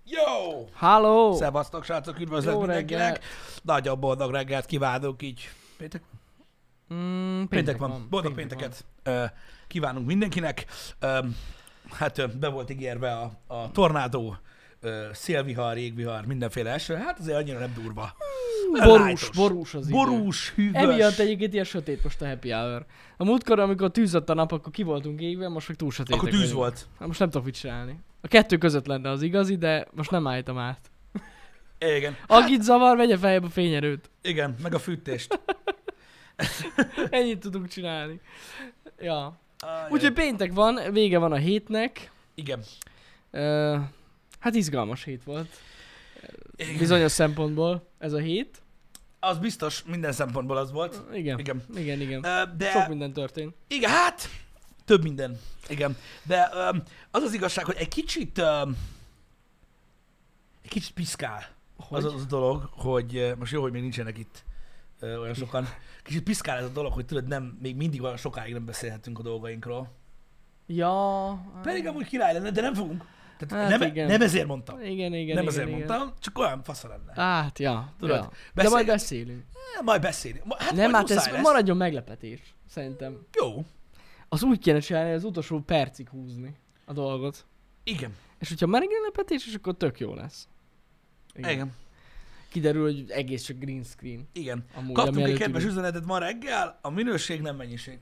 Jó! Halló! Szevasztok, srácok, üdvözlök Jó mindenkinek. reggel. Nagyon boldog reggelt kívánunk így. Péntek? Péntek van. Boldog pénteket kívánunk mindenkinek. Be volt ígérve a tornádó, szélvihar, jégvihar, mindenféle eső. Hát azért annyira nem durva. Borús az idő. Borús, hűvös. Emiatt egyébként ilyen sötét most a happy hour. A múltkor, amikor tűzött a nap, akkor ki voltunk égve, most meg túl sötétek Akkor tűz vagyunk. volt. Hát most nem tudok mit csinálni. A kettő között lenne az igazi, de most nem állítom át. Igen. Akit zavar, vegye feljebb a fényerőt. Igen, meg a fűtést. Ennyit tudunk csinálni. Ja. Ajaj. Úgyhogy péntek van, vége van a hétnek. Igen. Hát izgalmas hét volt. Igen. Bizonyos szempontból ez a hét. Az biztos, minden szempontból az volt. Igen. Igen. Igen. De... Sok minden történt. Igen, hát több minden. Igen. De az az igazság, hogy egy kicsit piszkál az a dolog, hogy most jó, hogy még nincsenek itt olyan sokan. Kicsit piszkál ez a dolog, hogy tudod, még mindig olyan sokáig nem beszélhetünk a dolgainkról. Ja. Pedig amúgy király lenne, de nem fogunk. Tehát Hát nem, igen. nem ezért mondtam. Igen. Mondtam, csak olyan fasza lenne. Hát, ja. Tudod, Ja. De majd beszélünk. Majd beszélni. Hát Nem, majd hát ez muszáj lesz. maradjon meglepetés, szerintem. Jó. Az úgy kéne csinálni, az utolsó percig húzni a dolgot. Igen. És hogyha meglepetés, és akkor tök jó lesz. Igen. Kiderül, hogy egész csak green screen. Igen. Amúgy, Kaptunk ami egy előttünk- kedves üzenetet ma reggel, a minőség nem mennyiség.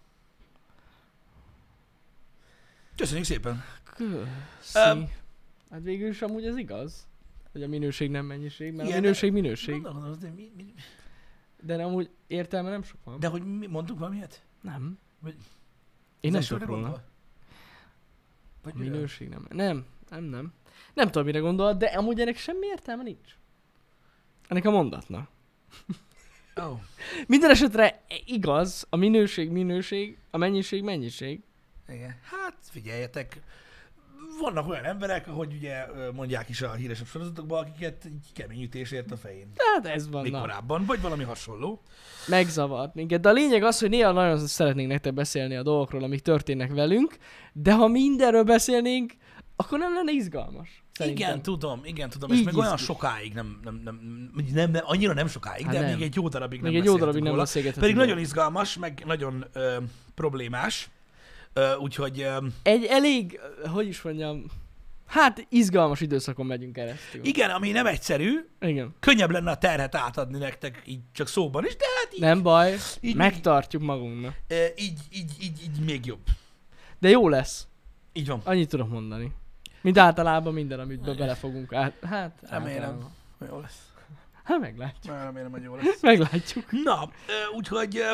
Köszönjük szépen. Köszi. Hát végül is amúgy ez igaz. Hogy a minőség nem mennyiség, mert Igen, a minőség minőség. Gondolom, de De amúgy értelme nem sok van. De hogy mi mondtuk valamilyet? Nem. Vagy- Én nem Esőre tudok róla. gondol? Vagy A miről? minőség nem. Nem. Nem tudom, mire gondol, de amúgy ennek semmi értelme nincs. Ennek a mondatnak. Oh. Minden esetre igaz, a minőség, a mennyiség. Igen. Hát figyeljetek, vannak olyan emberek, ahogy ugye mondják is a híresebb sorozatokban, akiket így kemény ütés ért a fején. Hát ez van, Még na. korábban, vagy valami hasonló. Megzavart minket. De a lényeg az, hogy néha nagyon szeretnénk nektek beszélni a dolgokról, amik történnek velünk, de ha mindenről beszélnénk, akkor nem lenne izgalmas. Szerintem. Igen, tudom, és Így még olyan izgi. sokáig nem, annyira nem sokáig, Hát de nem. még egy jó darabig Még nem egy jó darabig beszéltünk nem róla. beszélgethetünk Pedig róla. nagyon izgalmas, meg nagyon problémás. Úgyhogy Egy elég, hogy is mondjam, hát izgalmas időszakon megyünk keresztül. igen, ami nem egyszerű, Igen. könnyebb lenne a terhet átadni nektek így csak szóban is, de hát így, Nem baj, így- megtartjuk magunknak. így még jobb. De jó lesz. Így van. Annyit tudok mondani. Mint általában minden, amit belefogunk át. Hát, Remélem, általában. jó lesz. Hát meglátjuk. Remélem, hogy jó lesz. Meglátjuk. Na, úgyhogy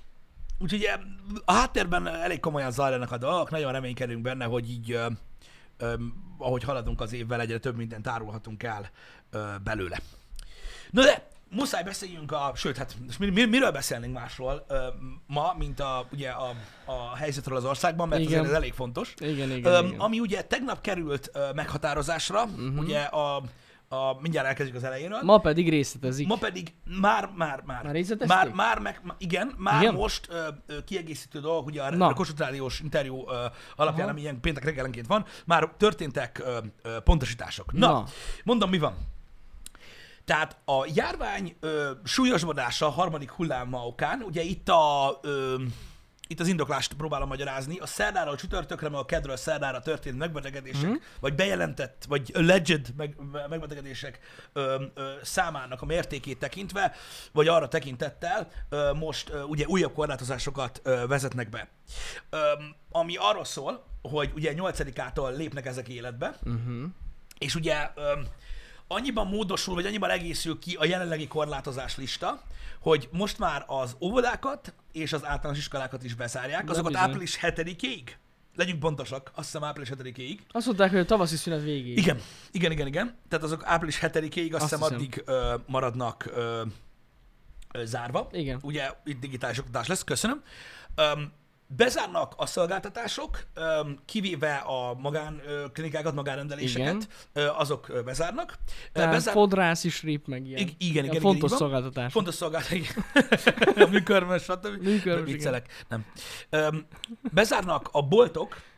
a háttérben elég komolyan zajlanak a dolgok, nagyon reménykedünk benne, hogy így, ahogy haladunk az évvel, egyre több mindent árulhatunk el belőle. Na de, muszáj beszéljünk sőt, hát most miről beszélnénk másról ma, mint ugye a helyzetről az országban, mert Igen. azért ez elég fontos. Igen. Ami ugye tegnap került meghatározásra, ugye mindjárt elkezdjük az elejéről. Ma pedig részletezik. Ma pedig már Már részletezték? Igen, most kiegészítő dolgok, ugye a Na. Kossuth Rádiós interjú alapján, Aha. ami ilyen péntek reggelenként van, már történtek pontosítások. Na, mondom, mi van. Tehát a járvány súlyosbodása a harmadik hulláma okán, ugye itt az indoklást próbálom magyarázni, a szerdáról csütörtökre, meg a kedről szerdára történt megbetegedések, vagy bejelentett, vagy alleged megbetegedések számának a mértékét tekintve, vagy arra tekintettel most ugye újabb korlátozásokat vezetnek be. Ami arról szól, hogy ugye 8-ától lépnek ezek életbe, és ugye annyiban módosul, vagy annyiban egészül ki a jelenlegi korlátozás lista, hogy most már az óvodákat és az általános iskolákat is bezárják, azokat bizony. április 7-ig, legyünk pontosak, azt hiszem április 7-ig. Azt mondták, hogy a tavaszi szünet végéig. Igen. Tehát azok április 7-ig, azt hiszem hiszem. addig maradnak zárva. Igen. Ugye itt digitális oktatás lesz, köszönöm. Bezárnak a szolgáltatások, kivéve a magánklinikákat, magánrendeléseket, azok bezárnak. Tehát fodrász is rip meg ilyen. Igen, Fontos így van. szolgáltatás. Fontos szolgáltatás, a műkörmös, stb. Műkörmös, Viccelek, nem. Bezárnak a boltok,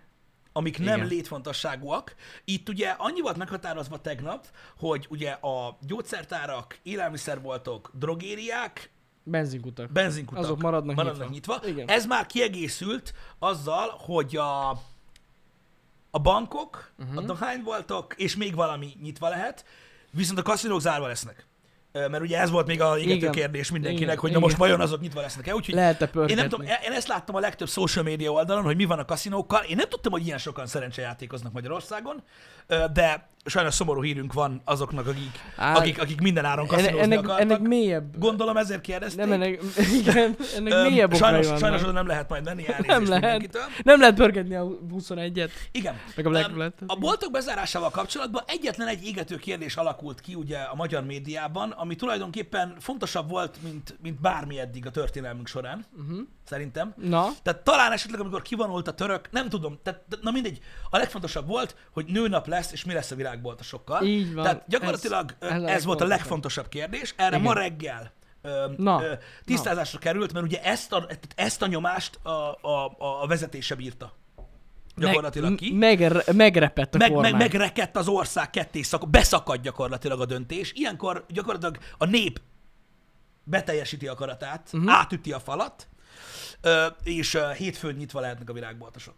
amik nem Igen. létfontosságúak. Itt ugye annyi volt meghatározva tegnap, hogy ugye a gyógyszertárak, élelmiszerboltok, drogériák, Benzinkutak. benzinkutak Azok maradnak nyitva. Igen. Ez már kiegészült azzal, hogy a bankok, a dohányboltok és még valami nyitva lehet, viszont a kaszinók zárva lesznek. Mert ugye ez volt még a égető Igen. kérdés mindenkinek, Igen. hogy na most vajon azok nyitva lesznek-e. Úgyhogy Lehet-e én pörgetni? nem tudom, én ezt láttam a legtöbb social media oldalon, hogy mi van a kaszinókkal. Én nem tudtam, hogy ilyen sokan szerencsejátékoznak Magyarországon, de sajnos szomorú hírünk van azoknak, akik minden áron kaszinózni akartak. ennek mélyebb. Gondolom ezért kérdezték. Nem, ennek mélyebb okai vannak. Sajnos oda nem lehet majd menni, Nem elnézést lehet. mindenkitől. Nem lehet pörgetni a 21-et. Igen. Meg a Black Roulette-et. A boltok bezárásával kapcsolatban egyetlen egy égető kérdés alakult ki ugye a magyar médiában, ami tulajdonképpen fontosabb volt, mint bármi eddig a történelmünk során, szerintem. Na, Tehát talán esetleg, amikor kivonult a török, nem tudom, na mindegy, a legfontosabb volt, hogy nőnap lesz, és mi lesz a virágboltosokkal. Így van. Tehát gyakorlatilag ez volt a legfontosabb kérdés. Erre Igen. ma reggel tisztázásra került, mert ugye ezt a nyomást a vezetése bírta. Gyakorlatilag ki. Megrepett a kormány. Megrekedt az ország ketté, beszakadt gyakorlatilag a döntés. Ilyenkor gyakorlatilag a nép beteljesíti akaratát, átüti a falat, és hétfőn nyitva lehetnek a virágboltosok.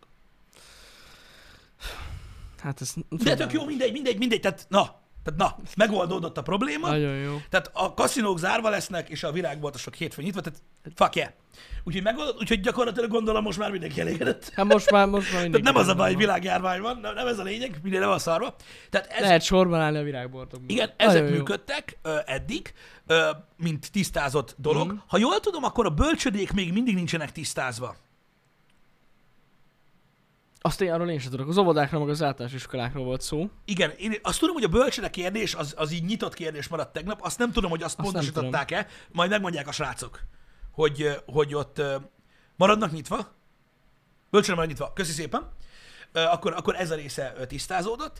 Hát ez... De tök jó, mindegy, tehát megoldódott a probléma. Nagyon jó. Tehát a kaszinók zárva lesznek, és a virágboltosok hétfőn nyitva, tehát fuck yeah. Úgyhogy gyakorlatilag gondolom most már mindenki elégedett. Hát most már mindenki. Tehát nem az a baj, hogy világjárvány van, nem ez a lényeg, minden le van szarva. Tehát ez, Lehet sorban állni a virágboltokban. igen, Nagyon ezek jó. működtek eddig, mint tisztázott dolog. Ha jól tudom, akkor a bölcsödék még mindig nincsenek tisztázva. Arról én sem tudok. Az óvodákról, meg az általános iskolákról volt szó. Igen, én azt tudom, hogy a bölcsöde kérdés, az így nyitott kérdés maradt tegnap, azt nem tudom, hogy azt pontosították-e, majd megmondják a srácok, hogy ott maradnak nyitva, bölcsöde marad nyitva, köszi szépen, akkor ez a része tisztázódott.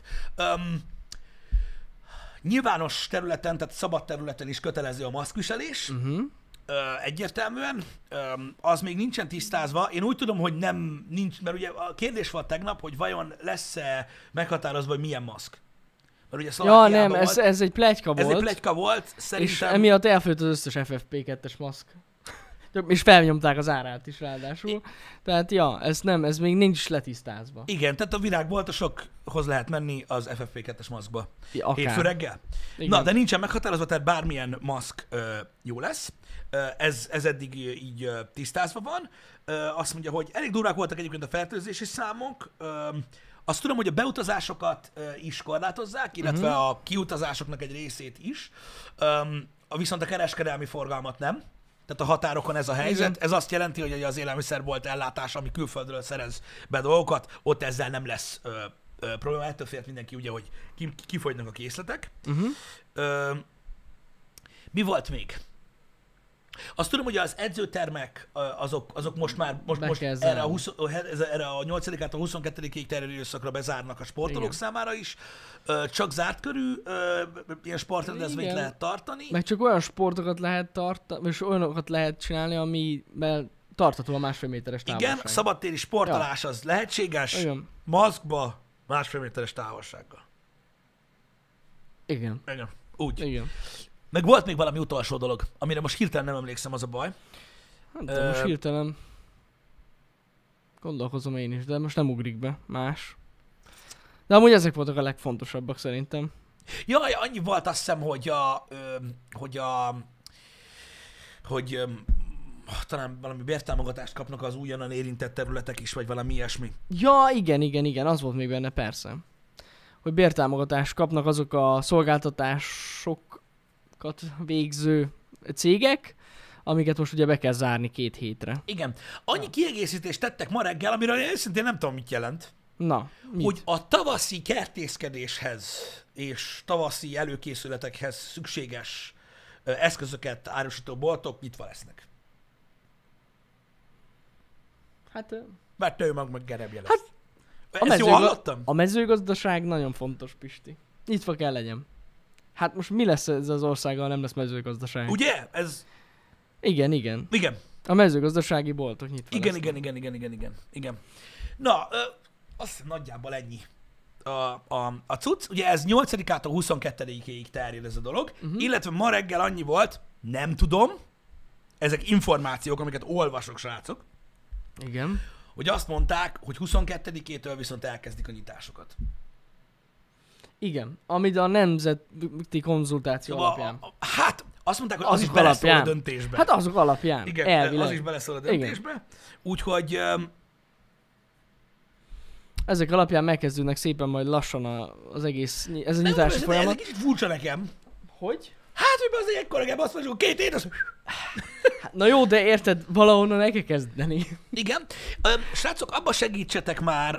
Nyilvános területen, tehát szabad területen is kötelező a maszkviselés, egyértelműen, az még nincsen tisztázva. Én úgy tudom, hogy nincs, mert ugye a kérdés volt tegnap, hogy vajon lesz-e meghatározva, hogy milyen maszk. Mert ugye Ja, nem, ez egy pletyka volt. Ez egy pletyka volt, szerintem. És emiatt elfogyott az összes FFP2-es maszk. És felnyomták az árát is ráadásul. Tehát ja, ez még nincs letisztázva. Igen, tehát a virágboltosokhoz lehet menni az FFP2-es maszkba. Akár. Hétfő reggel. Igen. Na, de nincsen meghatározva, tehát bármilyen maszk jó lesz. Ez eddig így tisztázva van. Azt mondja, hogy elég durvák voltak egyébként a fertőzési számok. Azt tudom, hogy a beutazásokat is korlátozzák, illetve a kiutazásoknak egy részét is. Viszont a kereskedelmi forgalmat nem. Tehát a határokon ez a helyzet. Igen. Ez azt jelenti, hogy az élelmiszerbolt ellátás, ami külföldről szerez be dolgokat, ott ezzel nem lesz probléma. Ettől félt mindenki ugye, hogy kifogynak a készletek. Mi volt még? Azt tudom, hogy az edzőtermek, azok most erre a 8-ától 22-ig terjedő időszakra bezárnak a sportolók számára is. Csak zárt körű ilyen sportrendezvényt lehet tartani. Meg csak olyan sportokat lehet tartani, és olyanokat lehet csinálni, amiben tartható a 1,5 méteres távolság. Igen, szabadtéri sportolás az lehetséges, igen. Maszkba 1,5 méteres távolsággal. Igen. Igen. Úgy. Igen. Meg volt még valami utolsó dolog, amire most hirtelen nem emlékszem, az a baj. Hát most hirtelen gondolkozom én is, de most nem ugrik be más. De amúgy ezek voltak a legfontosabbak szerintem. Jaj, annyi volt, azt hiszem, hogy talán valami bértámogatást kapnak az újonnan érintett területek is, vagy valami ilyesmi. Ja, igen, az volt még benne, persze. Hogy bértámogatást kapnak azok a szolgáltatásokat végző cégek, amiket most ugye be kell zárni 2 hétre. Igen. Annyi kiegészítést tettek ma reggel, amiről én őszintén nem tudom, mit jelent. Na, mit? Hogy a tavaszi kertészkedéshez és tavaszi előkészületekhez szükséges eszközöket árusító boltok nyitva lesznek. Hát... Vetőmag meg gerebje lesz. Hát, ezt jól hallottam? A mezőgazdaság nagyon fontos, Pisti. Nyitva kell legyen. Hát most mi lesz ez az országgal, nem lesz mezőgazdaság? Ugye? Ez... Igen. Igen. A mezőgazdasági boltok nyitva Igen, lesznek. igen. Na, azt hiszem nagyjából ennyi. A cucc, ugye ez 8-ától 22-ig terjed ez a dolog, illetve ma reggel annyi volt, nem tudom, ezek információk, amiket olvasok, srácok, Igen. hogy azt mondták, hogy 22-től viszont elkezdik a nyitásokat. Igen. Amit a nemzeti konzultáció alapján. Hát, azt mondták, hogy az is Azok beleszól a alapján. döntésbe. Hát azok alapján. Igen, elvileg. az is beleszól a döntésbe. Úgyhogy Ezek alapján megkezdődnek szépen majd lassan az egész, ez a nem, nyitási ez folyamat. egy kicsit furcsa nekem. Hogy? Hát, hogy az ekkora azt mondjuk, 2 hét, az... Hát, na jó, de érted, valahonnan el kell kezdeni. Igen. Srácok, abba segítsetek már,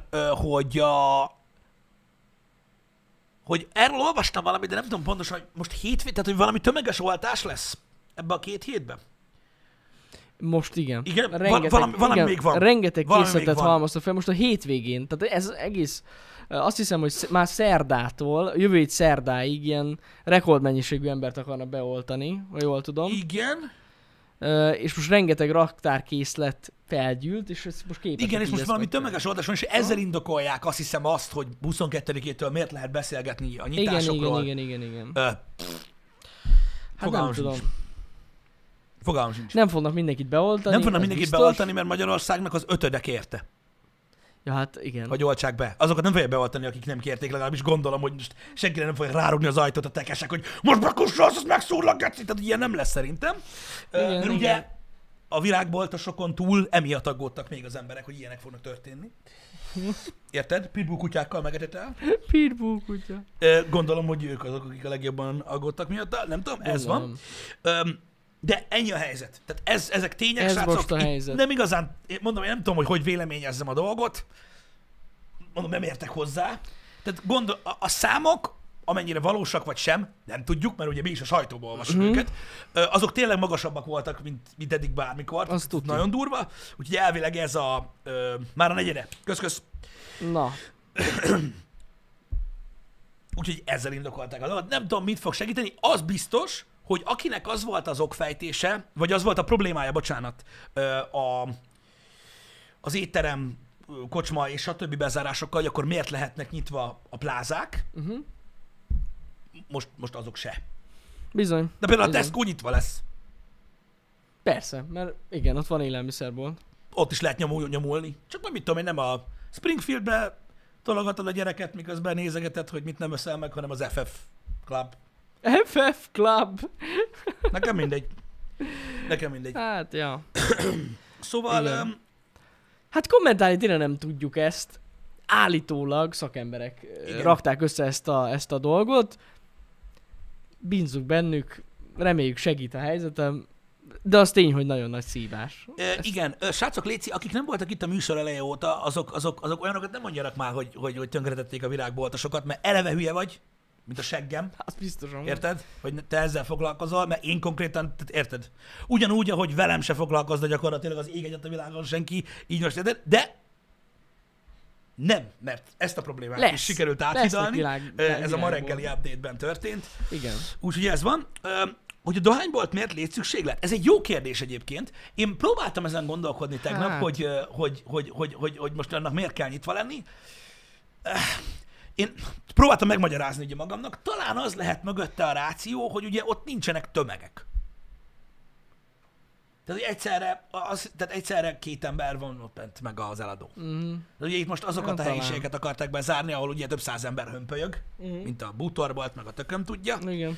hogy erről olvastam valamit, de nem tudom pontosan, hogy most tehát hogy valami tömeges oltás lesz ebbe a 2 hétben. Most igen. Igen? Rengeteg, Valami még van. Rengeteg Valami készletet még van. halmoztak fel most a hétvégén. Tehát ez egész, azt hiszem, hogy már szerdától, jövő hét szerdáig ilyen rekordmennyiségű embert akarnak beoltani, ha jól tudom. Igen. És most rengeteg raktárkészlet felgyűlt, és ez most képesek. Igen, és most így valami ezt tömeges oltás van, és ezzel indokolják azt hiszem azt, hogy 22-től miért lehet beszélgetni a nyitásokról. Igen. Hát Nem tudom. Fogalmam sincs. Nem fognak mindenkit beoltani. Nem fognak ez mindenkit biztos. beoltani, mert Magyarországnak az 5 kérte, Ja, hát igen. hogy oltsák be. Azokat nem fogják beoltani, akik nem kérték, legalábbis gondolom, hogy most senkire nem fogják rárugni az ajtót a tekesek, hogy most bekussolsz, azt megszúrlak, geci. Tehát ilyen nem lesz szerintem. Mert igen. ugye a virágboltosokon túl emiatt aggódtak még az emberek, hogy ilyenek fognak történni. Érted? Pitbull kutyákkal megetetel. Pitbull kutya. Gondolom, hogy ők azok, akik a legjobban aggódtak miatta. Nem tudom, ez van. De ennyi a helyzet. Tehát ezek tények, Ez srácok. most a helyzet. Nem igazán, mondom, én nem tudom, hogy véleményezzem a dolgot. Mondom, nem értek hozzá. Tehát a számok, amennyire valósak vagy sem, nem tudjuk, mert ugye mi is a sajtóból olvasjuk őket, azok tényleg magasabbak voltak, mint eddig bármikor. Azt tudjuk. Nagyon durva. Úgyhogy elvileg ez már a negyede. Kösz. Na, Úgyhogy ezzel indokolták a dolgot. Nem tudom, mit fog segíteni. Az biztos, hogy akinek az volt az okfejtése, vagy az volt a problémája, bocsánat, az étterem, kocsma és stb. Bezárásokkal, hogy akkor miért lehetnek nyitva a plázák, most azok se. bizony. De például a bizony. Tesco nyitva lesz. Persze, mert igen, ott van élelmiszerból. Ott is lehet nyomulni. Csak majd mit tudom én, nem a Springfieldbe tologatod a gyereket, miközben nézegeted, hogy mit nem eszel meg, hanem az FF Club. FF Club. Nekem mindegy. Hát, ja. Szóval... Igen. Hát kommentálni tényleg nem tudjuk ezt. Állítólag szakemberek rakták össze ezt a dolgot. Bízzuk bennük, reméljük segít a helyzetem, de az tény, hogy nagyon nagy szívás. Igen, srácok, léci, akik nem voltak itt a műsor eleje óta, azok olyanokat nem mondjanak már, hogy tönkretették a virágboltosokat, mert eleve hülye vagy, mint a seggem. Az biztosan. Érted? Hogy te ezzel foglalkozol, mert én konkrétan, érted? Ugyanúgy, ahogy velem se foglalkozna gyakorlatilag az ég egyet a világon senki, így most érted? De nem, mert ezt a problémát is sikerült áthidalni. Ez a ma reggeli update-ben történt. Igen. Úgyhogy ez van. Hogy a dohánybolt miért létszükséglet? Ez egy jó kérdés egyébként. Én próbáltam ezen gondolkodni tegnap, Hát. hogy most annak miért kell nyitva lenni. Én próbáltam megmagyarázni ugye magamnak. Talán az lehet mögötte a ráció, hogy ugye ott nincsenek tömegek. Tehát, hogy egyszerre 2 ember van ott bent, meg az eladó. De ugye itt most azokat a helyiségeket akarták bezárni, ahol ugye több 100 ember hömpölyög, mint a bútorbolt, meg a tököm tudja. Igen.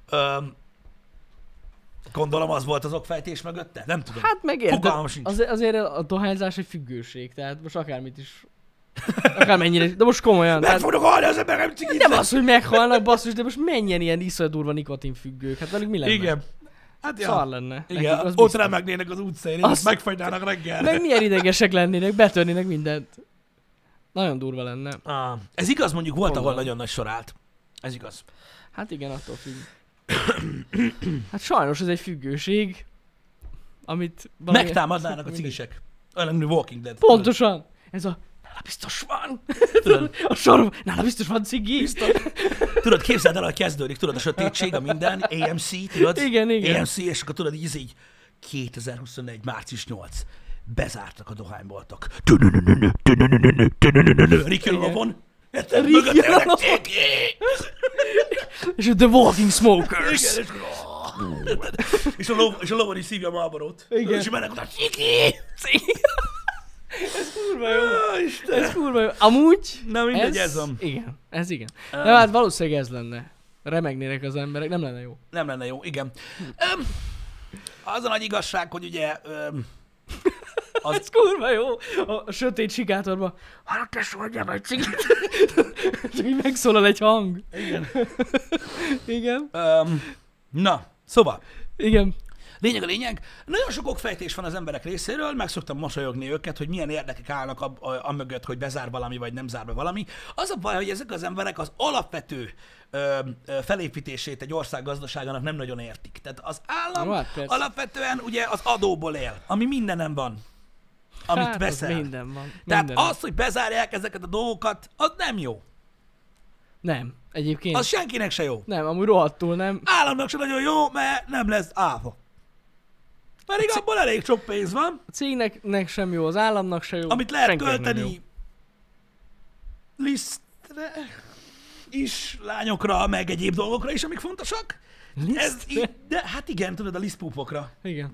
Gondolom az volt az okfejtés mögötte? Nem tudom. Hát megérted. Fogalmam sincs. Azért a dohányzás egy függőség, tehát most akármit is. Akármennyire, de most komolyan. Meg fognak halni az emberek, nem cikiznek. Nem az, hogy meghalnak, basszus, de most mennyien ilyen iszonyat durva nikotinfüggők. Hát velük mi lenne? Igen. Hát Szar lenne. Igen, Nekik, ott remegnének az utcán, Az- azt megfagynának reggel. Meg milyen idegesek lennének, betörnének mindent. Nagyon durva lenne. Ez igaz, mondjuk volt, ahol Gondolom. nagyon nagy sor állt. Ez igaz. Hát igen, attól függ. Hát sajnos ez egy függőség, amit... valami- Megtámadnának a cigisek. Olyan, mint Walking Dead. Pontosan! Ez a... Nála biztos van! Tudod, A sorban... Nála biztos van cigi! tudod, képzeld el, hogy kezdődik, tudod, a sötétség, a minden, AMC, tudod? Igen. AMC, és akkor tudod, így 2021. március 8. bezártak a dohányboltok. Ricky a lovon. Ricky a lovon. És The Walking Smokers. Igen, és a lovon is szívja a Marlborót. Igen. És mennek oda, Ricky! Ez kurva jó. Isten. Ez kurva jó. Amúgy... Na mindegy, ez van. Igen, ez igen. De hát valószínűleg ez lenne. Remegnének az emberek, nem lenne jó. Nem lenne jó, igen. Az a nagy igazság, hogy ugye... Ez kurva jó. A sötét sikátorban. Hát tesó, adjál egy cigit. Csak így megszólal egy hang. Igen. Igen. Na, szóval. Igen. Lényeg a lényeg. Nagyon sok okfejtés van az emberek részéről, meg szoktam mosolyogni őket, hogy milyen érdekek állnak amögött, hogy bezár valami, vagy nem zár be valami. Az a baj, hogy ezek az emberek az alapvető felépítését egy ország gazdaságának nem nagyon értik. Tehát az állam alapvetően ugye az adóból él, ami mindenem van, amit veszel. Minden van. Tehát az, hogy bezárják ezeket a dolgokat, az nem jó. Nem, egyébként. Az senkinek se jó. Nem, amúgy rohadtul nem. Államnak se nagyon jó, mert nem lesz áfa. Pedig abból elég sok pénz van. A cégnek sem jó, az államnak sem jó. Amit lehet költeni lisztre is, lányokra, meg egyéb dolgokra is, amik fontosak. De hát igen, tudod, a lisztpúpokra. Igen.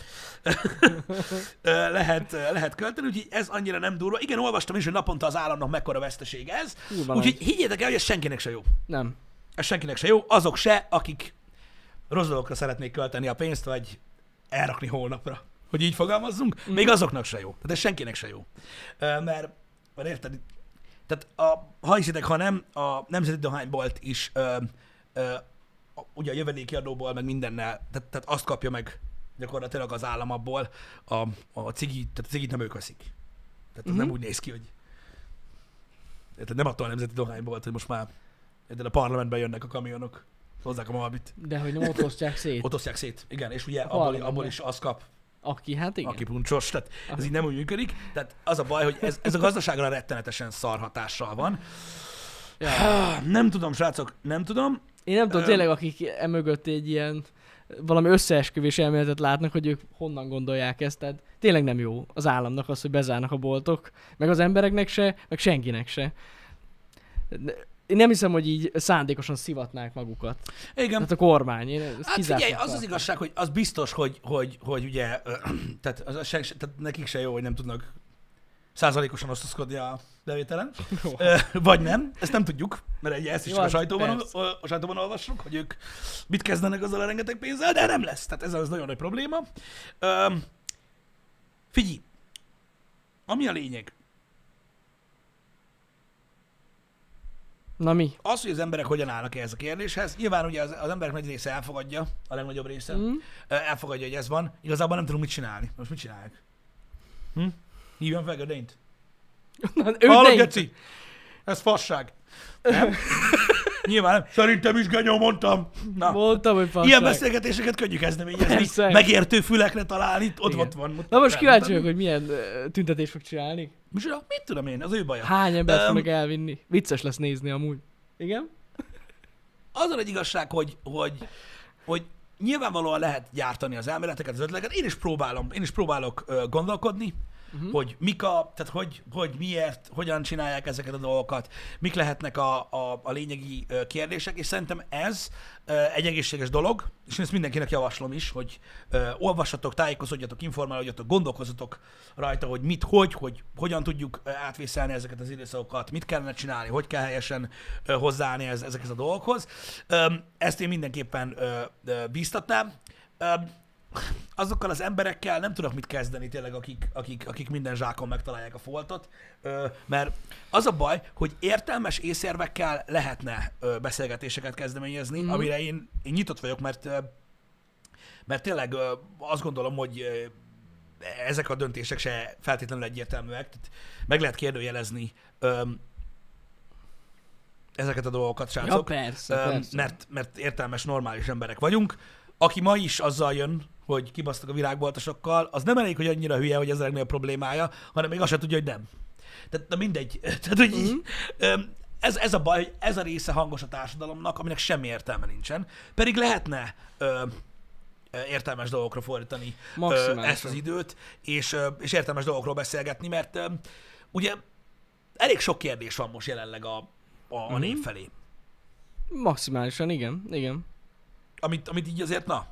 lehet költeni, úgyhogy ez annyira nem durva. Igen, olvastam is, hogy naponta az államnak mekkora veszteség ez. Úgyhogy higgyétek el, hogy ez senkinek se jó. Nem. Ez senkinek se jó. Azok se, akik rossz dolgokra szeretnék költeni a pénzt, vagy elrakni holnapra. Hogy így fogalmazzunk, még azoknak se jó. Tehát ez senkinek se jó. Mert érted, tehát ha hiszitek, ha nem, a Nemzeti Dohánybolt is ugye a jövedéki adóból, meg mindennel, tehát azt kapja meg gyakorlatilag az állam abból a cigit, tehát a cigit nem ők veszik. Tehát ez nem úgy néz ki, hogy nem attól a Nemzeti Dohánybolt, hogy most már a parlamentben jönnek a kamionok, hozzák a malbit. De hogy nem ott osztják szét. Ott osztják szét, igen, és ugye abból is az kap, hát igen. aki puncsos, tehát ez így nem úgy működik. Tehát az a baj, hogy ez a gazdaságra rettenetesen szar hatással van. Ja. Nem tudom, srácok, nem tudom. Én nem tudom, tényleg, akik emögött egy ilyen valami összeesküvés elméletet látnak, hogy ők honnan gondolják ezt. Tehát tényleg nem jó az államnak az, hogy bezárnak a boltok, meg az embereknek se, meg senkinek se. Én nem hiszem, hogy így szándékosan szivatnák magukat. Igen. Tehát a kormány. Hát figyelj, az igazság, hogy az biztos, hogy ugye, tehát nekik se jó, hogy nem tudnak százalékosan osztozkodni a bevételen. Vagy nem, ezt nem tudjuk, mert ezt is csak a sajtóban olvassuk, hogy ők mit kezdenek azzal a rengeteg pénzzel, de nem lesz. Tehát ez az nagyon nagy probléma. Figyelj, ami a lényeg, na mi? az, hogy az emberek hogyan állnak ehhez a kérdéshez, nyilván ugye az emberek nagy része elfogadja, a legnagyobb része, elfogadja, hogy ez van, igazából nem tudunk mit csinálni. Most mit csinálják? Hívjam fel Gödényt? Hallod, Geci? Ez fasság. Nem? Nyilván nem. Szerintem is, genyó, mondtam. Na. Mondtam, hogy fasság. Ilyen beszélgetéseket könnyű kezdeményezni. Persze. Megértő fülekre találni, ott van. Na most kíváncsi vagyok, hogy milyen tüntetés fog csinálni. Mit tudom én, az ő baja. Hány embert fognak elvinni? Vicces lesz nézni amúgy. Igen? Az a nagy igazság, hogy nyilvánvalóan lehet gyártani az elméleteket, az ötleteket. Én is próbálok gondolkodni, hogy tehát hogy miért, hogyan csinálják ezeket a dolgokat, mik lehetnek a lényegi kérdések, és szerintem ez egy egészséges dolog, és én ezt mindenkinek javaslom is, hogy olvassatok, tájékozódjatok, informálódjatok, gondolkozzatok rajta, hogy mit, hogyan tudjuk átvészelni ezeket az időszakokat, mit kellene csinálni, hogy kell helyesen hozzáállni ezekhez a dolgokhoz. Ezt én mindenképpen bíztatnám. Azokkal az emberekkel nem tudok mit kezdeni tényleg, akik minden zsákon megtalálják a foltot, mert az a baj, hogy értelmes észérvekkel lehetne beszélgetéseket kezdeményezni, amire én nyitott vagyok, mert tényleg azt gondolom, hogy ezek a döntések se feltétlenül egyértelműek, tehát meg lehet kérdőjelezni ezeket a dolgokat, srácok, ja, persze. Mert értelmes, normális emberek vagyunk. Aki ma is azzal jön, hogy kibasztak a virágboltosokkal, az nem elég, hogy annyira hülye, hogy ez a legnagyobb problémája, hanem még azt sem tudja, hogy nem. Tehát na mindegy. Tehát, hogy ez a baj, hogy ez a része hangos a társadalomnak, aminek semmi értelme nincsen. Pedig lehetne értelmes dolgokra fordítani ezt az időt, és értelmes dolgokról beszélgetni, mert ugye elég sok kérdés van most jelenleg a nép felé. Maximálisan, igen, igen. Amit így azért, na.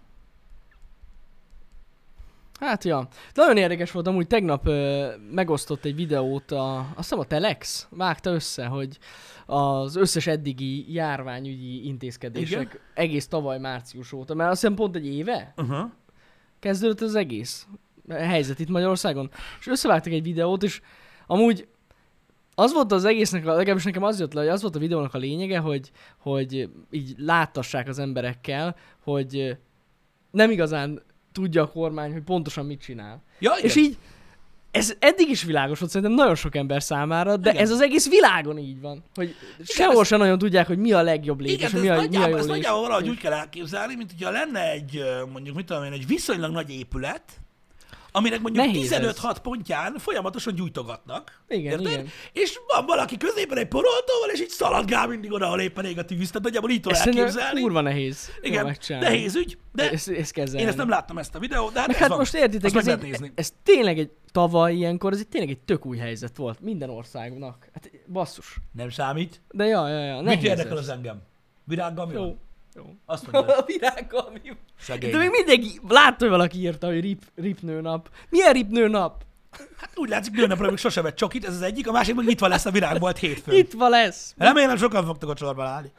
Hát ja. Nagyon érdekes volt, amúgy tegnap megosztott egy videót, azt hiszem a Telex vágta össze, hogy az összes eddigi járványügyi intézkedések igen? Egész tavaly március óta, mert azt hiszem pont egy éve kezdődött az egész helyzet itt Magyarországon. És összevágtak egy videót, és amúgy az volt az egésznek, legalábbis nekem az jött le, hogy az volt a videónak a lényege, hogy így láttassák az emberekkel, hogy nem igazán tudja a kormány, hogy pontosan mit csinál. Ja, és így, ez eddig is világos volt szerintem nagyon sok ember számára, de igen. Ez az egész világon így van. Hogy igen, sehol sem nagyon tudják, hogy mi a legjobb lépés, igen, mi a jó lépés. Ezt nagyjából valahogy úgy kell elképzelni, mint hogyha lenne egy, mondjuk mit tudom én, egy viszonylag nagy épület, aminek mondjuk 15-6 pontján folyamatosan gyújtogatnak. Igen, igen. És van valaki középen egy poroltóval, és így szaladgál mindig oda, ahol éppen ég a tűz. Tehát nagyjából így tudom elképzelni. Kurva nehéz. Igen, nehéz ügy, de ezt én ezt nem láttam ezt a videót, de hát hát most értitek, ez tényleg egy tavaly ilyenkor, ez tényleg egy tök új helyzet volt minden országnak. Hát basszus. Nem számít. De ja. Mit érdekel az engem? Virággal mi van? Jó. Azt mondja. A virággal mi van? Szegény. De még mindenki látta, hogy valaki írta, hogy rip nőnap. Milyen rip nőnap? Hát úgy látszik, nőnapra még sose vett csokit, ez az egyik, a másik meg nyitva lesz a virágbolt hétfőn. Nyitva lesz. Remélem sokan fogtok a sorban állni.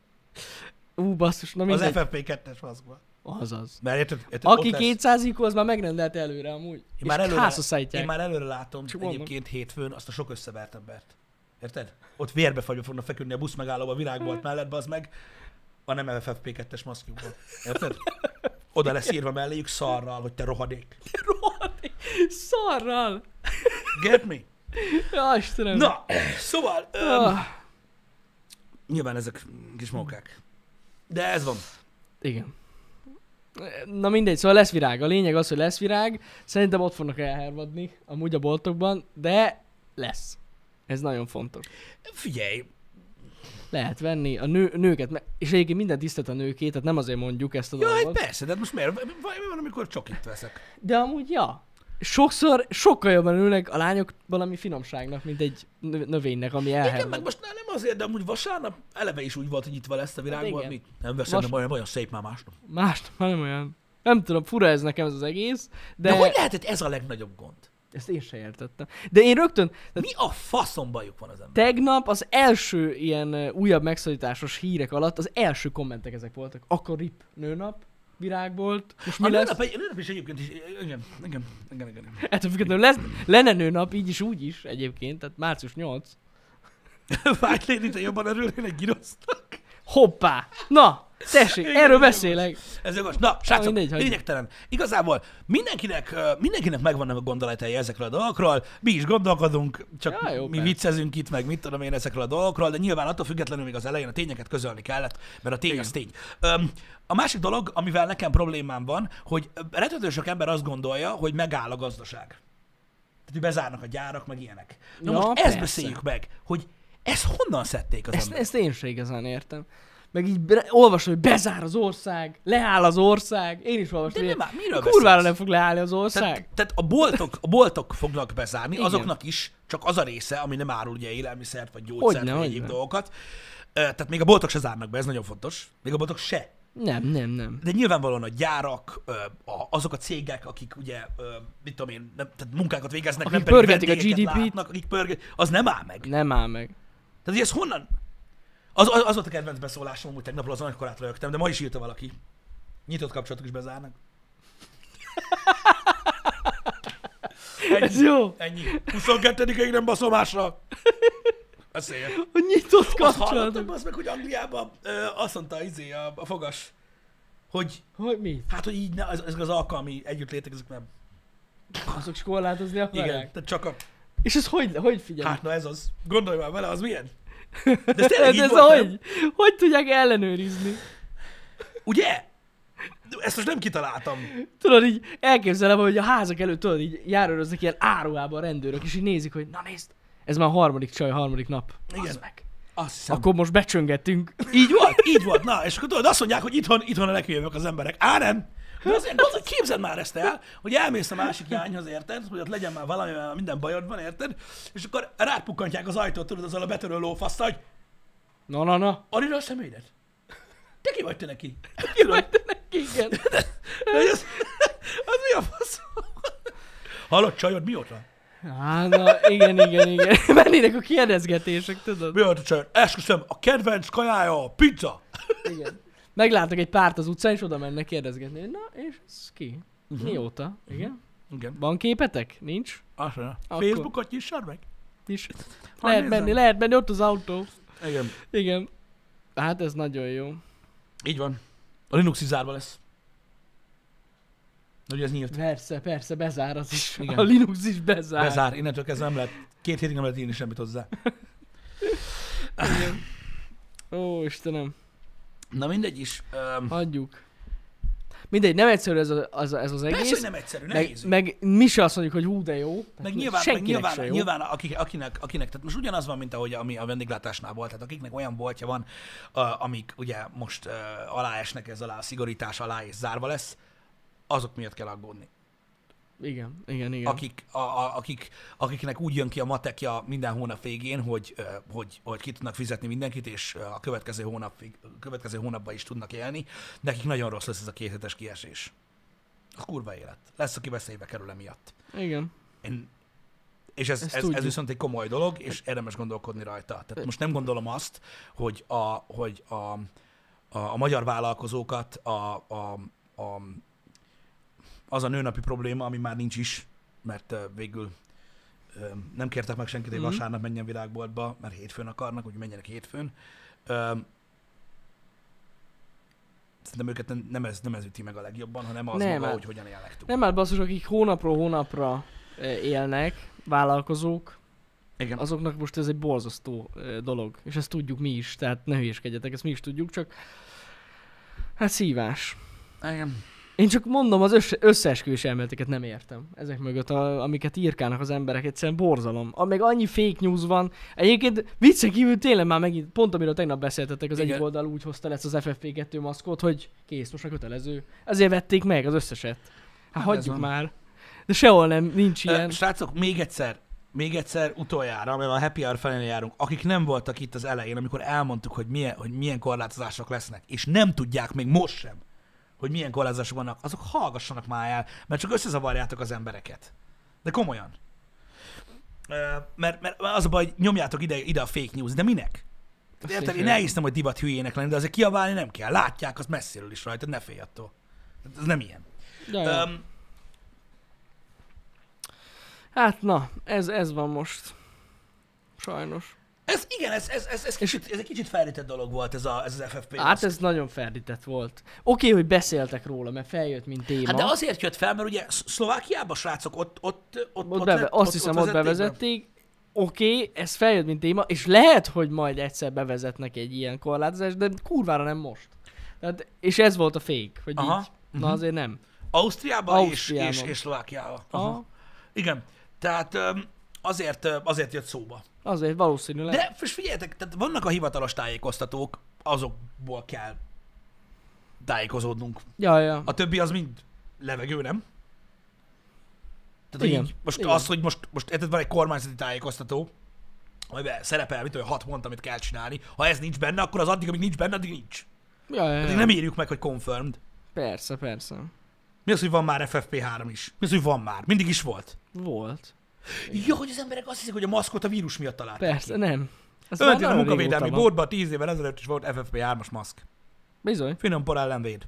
Basszus, na mindegy. Az FFP2-es faszkban. Azaz. Mert érted, aki 200-ig az már megrendelte előre amúgy. Én már előre látom egyébként hétfőn azt a sok összevert embert. Érted? Ott vérbe fagyva fognak feküdni a busz megállóba a virágbolt mellett, bazd meg. A nem FFP2-es maszkjukból. Érted? Oda lesz írva melléjük szarral, hogy te rohadék. Rohadék? Szarral? Get me? Ja, Istenem. Na, szóval... nyilván ezek kis mókák. De ez van. Igen. Na mindegy, szóval lesz virág. A lényeg az, hogy lesz virág. Szerintem ott fognak elhervadni amúgy a boltokban, de lesz. Ez nagyon fontos. Figyelj! Lehet venni a nőket, és egyébként minden tisztelt a nőkét, tehát nem azért mondjuk ezt a dolgot. Ja, persze, de most miért? Mi van, amikor csokit veszek? De amúgy, ja. Sokszor sokkal jobban ülnek a lányok valami finomságnak, mint egy növénynek, ami elhervad. Igen, meg most nem azért, de amúgy vasárnap eleve is úgy volt, hogy nyitva lesz a virágból. Hát nem veszem, de olyan szép már másnap. Másnap, nem olyan. Nem tudom, fura ez nekem ez az egész, de hogy lehetett ez a legnagyobb gond? Ezt én sem értettem. De én rögtön... Mi a faszom bajuk van az ember? Tegnap az első ilyen újabb megszorításos hírek alatt az első kommentek ezek voltak. Akkor rip nőnap, virágbolt. Most mi lesz? Nőnap is egyébként is, igen. Ettől függetlenül lenne nőnap, így is, úgy is egyébként, tehát március 8. Vágyléni, te jobban örülnél egy girosznak. Hoppá! Na! Tessék, erről beszélek. Ez jogos. Na, srácok, lényegtelen. Igazából mindenkinek megvannak a gondolatai ezekről a dolgokról. Mi is gondolkodunk, csak ja, mi viccezünk itt, meg mit tudom én ezekről a dolgokról, de nyilván attól függetlenül még az elején a tényeket közölni kellett, mert a tény az tény. A másik dolog, amivel nekem problémám van, hogy rettető sok ember azt gondolja, hogy megáll a gazdaság. Tehát, hogy bezárnak a gyárak, meg ilyenek. Na ja, most ezt beszéljük meg, hogy ezt honnan szedték az emberek? Ezt én sem igazán értem. Meg így olvasom, hogy bezár az ország, leáll az ország. Én is olvasom, hogy kurvára nem fog leállni az ország. Tehát a boltok fognak bezárni, igen. Azoknak is csak az a része, ami nem árul ugye élelmiszert, vagy gyógyszert, vagy egyéb dolgokat. Tehát még a boltok se zárnak be, ez nagyon fontos. Még a boltok se. Nem. De nyilvánvalóan a gyárak, azok a cégek, akik ugye, mit tudom én, tehát munkákat végeznek, akik nem pedig pörgetik a GDP-t, látnak, akik az nem áll meg. Nem áll meg. Tehát ez honnan? Az volt a kedvenc beszólásom, hogy tegnapról az nagykorát rögtem, de ma is írta valaki. Nyitott kapcsolatok is bezárnak. Ez jó. Ennyi. 22-ig nem baszom másra. Beszéljen. A nyitott kapcsolatok. Azt hallottam azt meg, hogy Angliában azt mondta a fogas, hogy... Hogy mi? Hát, hogy így ezek az alkalmi együttlétek, ezek nem. Azok is korlátozni akarják? Igen, tehát csak a... És ez hogy figyelj? Hát na ez az. Gondolj már vele, az milyen? De ez hogy? Hogy tudják ellenőrizni? Ugye? Ezt most nem kitaláltam. Tudod, így elképzelem, hogy a házak előtt tudod, így járőröznek ilyen áruhában a rendőrök, és így nézik, hogy na nézd, ez már a harmadik nap. Igen. Meg. Azt hiszem. Akkor most becsöngetünk. Így volt. Na, és akkor tudod, azt mondják, hogy itthon a legjobbak az emberek. Nem. De azért az, hogy képzeld már ezt el, hogy elmész a másik lányhoz, érted? Hogy ott legyen már valami, mert minden bajod van, érted? És akkor rápukkantják az ajtót, tudod, azzal a betörő lófasztal, hogy Na. add a személyed. Te ki vagy te neki? Ki vagy te neki, igen. Az mi a fasz? Hallod, csajod, mióta? Na, igen. Mennének a kérdezgetések, tudod? Mióta csajod? Esküszöm, a kedvenc kajája a pizza. Igen. Meglátnak egy párt az utcán, és oda mennek kérdezgetni. Na, és ez ki? Mióta? Igen. Igen. Van képetek? Nincs? Azt mondja, Akkor- Facebookot nyissad meg? Is. Ha nézem. Lehet menni, ott az autó. Igen. Igen. Hát ez nagyon jó. Így van. A Linux is zárva lesz. Ugye ez nyílt. Persze, bezár az is. Igen. A Linux is bezár. Bezár, innentől kezdve nem lehet, 2 hétig nem lehet írni semmit hozzá. Igen. Ó, Istenem. Na mindegy is. Hagyjuk. Mindegy, nem egyszerű ez az Persze, egész. hogy nem egyszerű, meg, nehéz. meg mi se azt mondjuk, hogy hú, de jó. Meg Senkinek nyilván, se jó. nyilván akinek, tehát most ugyanaz van, mint ahogy ami a vendéglátásnál volt, tehát akiknek olyan boltja van, amik ugye most aláesnek ez alá, a szigorítás alá és zárva lesz, azok miatt kell aggódni. Igen. Akiknek úgy jön ki a matekja minden hónap végén, hogy ki tudnak fizetni mindenkit, és a következő hónapban is tudnak élni, nekik nagyon rossz lesz ez a 2 hetes kiesés. Az kurva élet. Lesz, aki veszélybe kerül emiatt. Igen. És ez tudjuk. viszont egy komoly dolog, és érdemes gondolkodni rajta. Tehát most nem gondolom azt, hogy a magyar vállalkozókat az a nőnapi probléma, ami már nincs is, mert végül nem kértek meg senkit, hogy vasárnap menjen virágboltba, mert hétfőn akarnak, hogy menjenek hétfőn. Szerintem őket nem ez üti meg a legjobban, hanem az maga, hogy hogyan élnek túl. Nem, hát basszus, akik hónapról hónapra élnek, vállalkozók, Igen. azoknak most ez egy borzasztó dolog. És ezt tudjuk mi is, tehát ne hülyeskedjetek, ezt mi is tudjuk, csak hát szívás. Igen. Én csak mondom, az összeesküvés elméleteket nem értem. Ezek mögött, amiket írkálnak az emberek, egyszerűen borzalom. Meg annyi fake news van. Egyébként viccen kívül tényleg már megint, pont amiről tegnap beszéltetek, az Igen. egyik oldal úgy hozta lesz az FFP2 maszkot, hogy kész, most már kötelező. Ezért vették meg az összeset. Hát hagyjuk van. már. De sehol nincs ilyen. Srácok, még egyszer utoljára, mert a happy hour felén járunk, akik nem voltak itt az elején, amikor elmondtuk, hogy milyen korlátozások lesznek, és nem tudják még most sem, hogy milyen korlátozások vannak, azok hallgassanak már el, mert csak összezavarjátok az embereket. De komolyan. Mert az a baj, hogy nyomjátok ide a fake news, de minek? Érted? Én elhiszem, hogy divat hülyének lenni, de azért kiabálni nem kell. Látják azt messziről is rajtad, ne félj attól. Ez nem ilyen. Ja. Hát na, ez van most. Sajnos. Ez egy kicsit felrített dolog volt ez az FFP. Hát ez nagyon ferdített volt. Oké, hogy beszéltek róla, mert feljött, mint téma. Hát de azért jött fel, mert ugye Szlovákiában, srácok, ott azt hiszem, ott bevezették. Oké, ez feljött, mint téma, és lehet, hogy majd egyszer bevezetnek egy ilyen korlátozást, de kurvára nem most. Tehát, és ez volt a fake, hogy aha, így. Na azért nem. Ausztriában. És Szlovákiában. Aha. Igen. Tehát azért jött szóba. Azért valószínűleg. De most figyeljetek, tehát vannak a hivatalos tájékoztatók, azokból kell tájékozódnunk. Ja. A többi az mind levegő, nem? Tehát Igen. így, most Igen. az, hogy most érted, van egy kormányzati tájékoztató, amiben szerepel, mit olyan 6 pont, amit kell csinálni. Ha ez nincs benne, akkor az addig, amíg nincs benne, addig nincs. Ja. Addig nem írjuk meg, hogy confirmed. Persze. Mi az, hogy van már FFP3 is? Mi az, hogy van már? Mindig is volt. Volt. Ja, hogy az emberek azt hiszik, hogy a maszkot a vírus miatt találták Persze, ki. nem. Ez Önti a nagyon munkavédelmi régóta van. bódban 10 évvel ezelőtt is volt FFP3-as maszk. Bizony. Finom por ellen véd.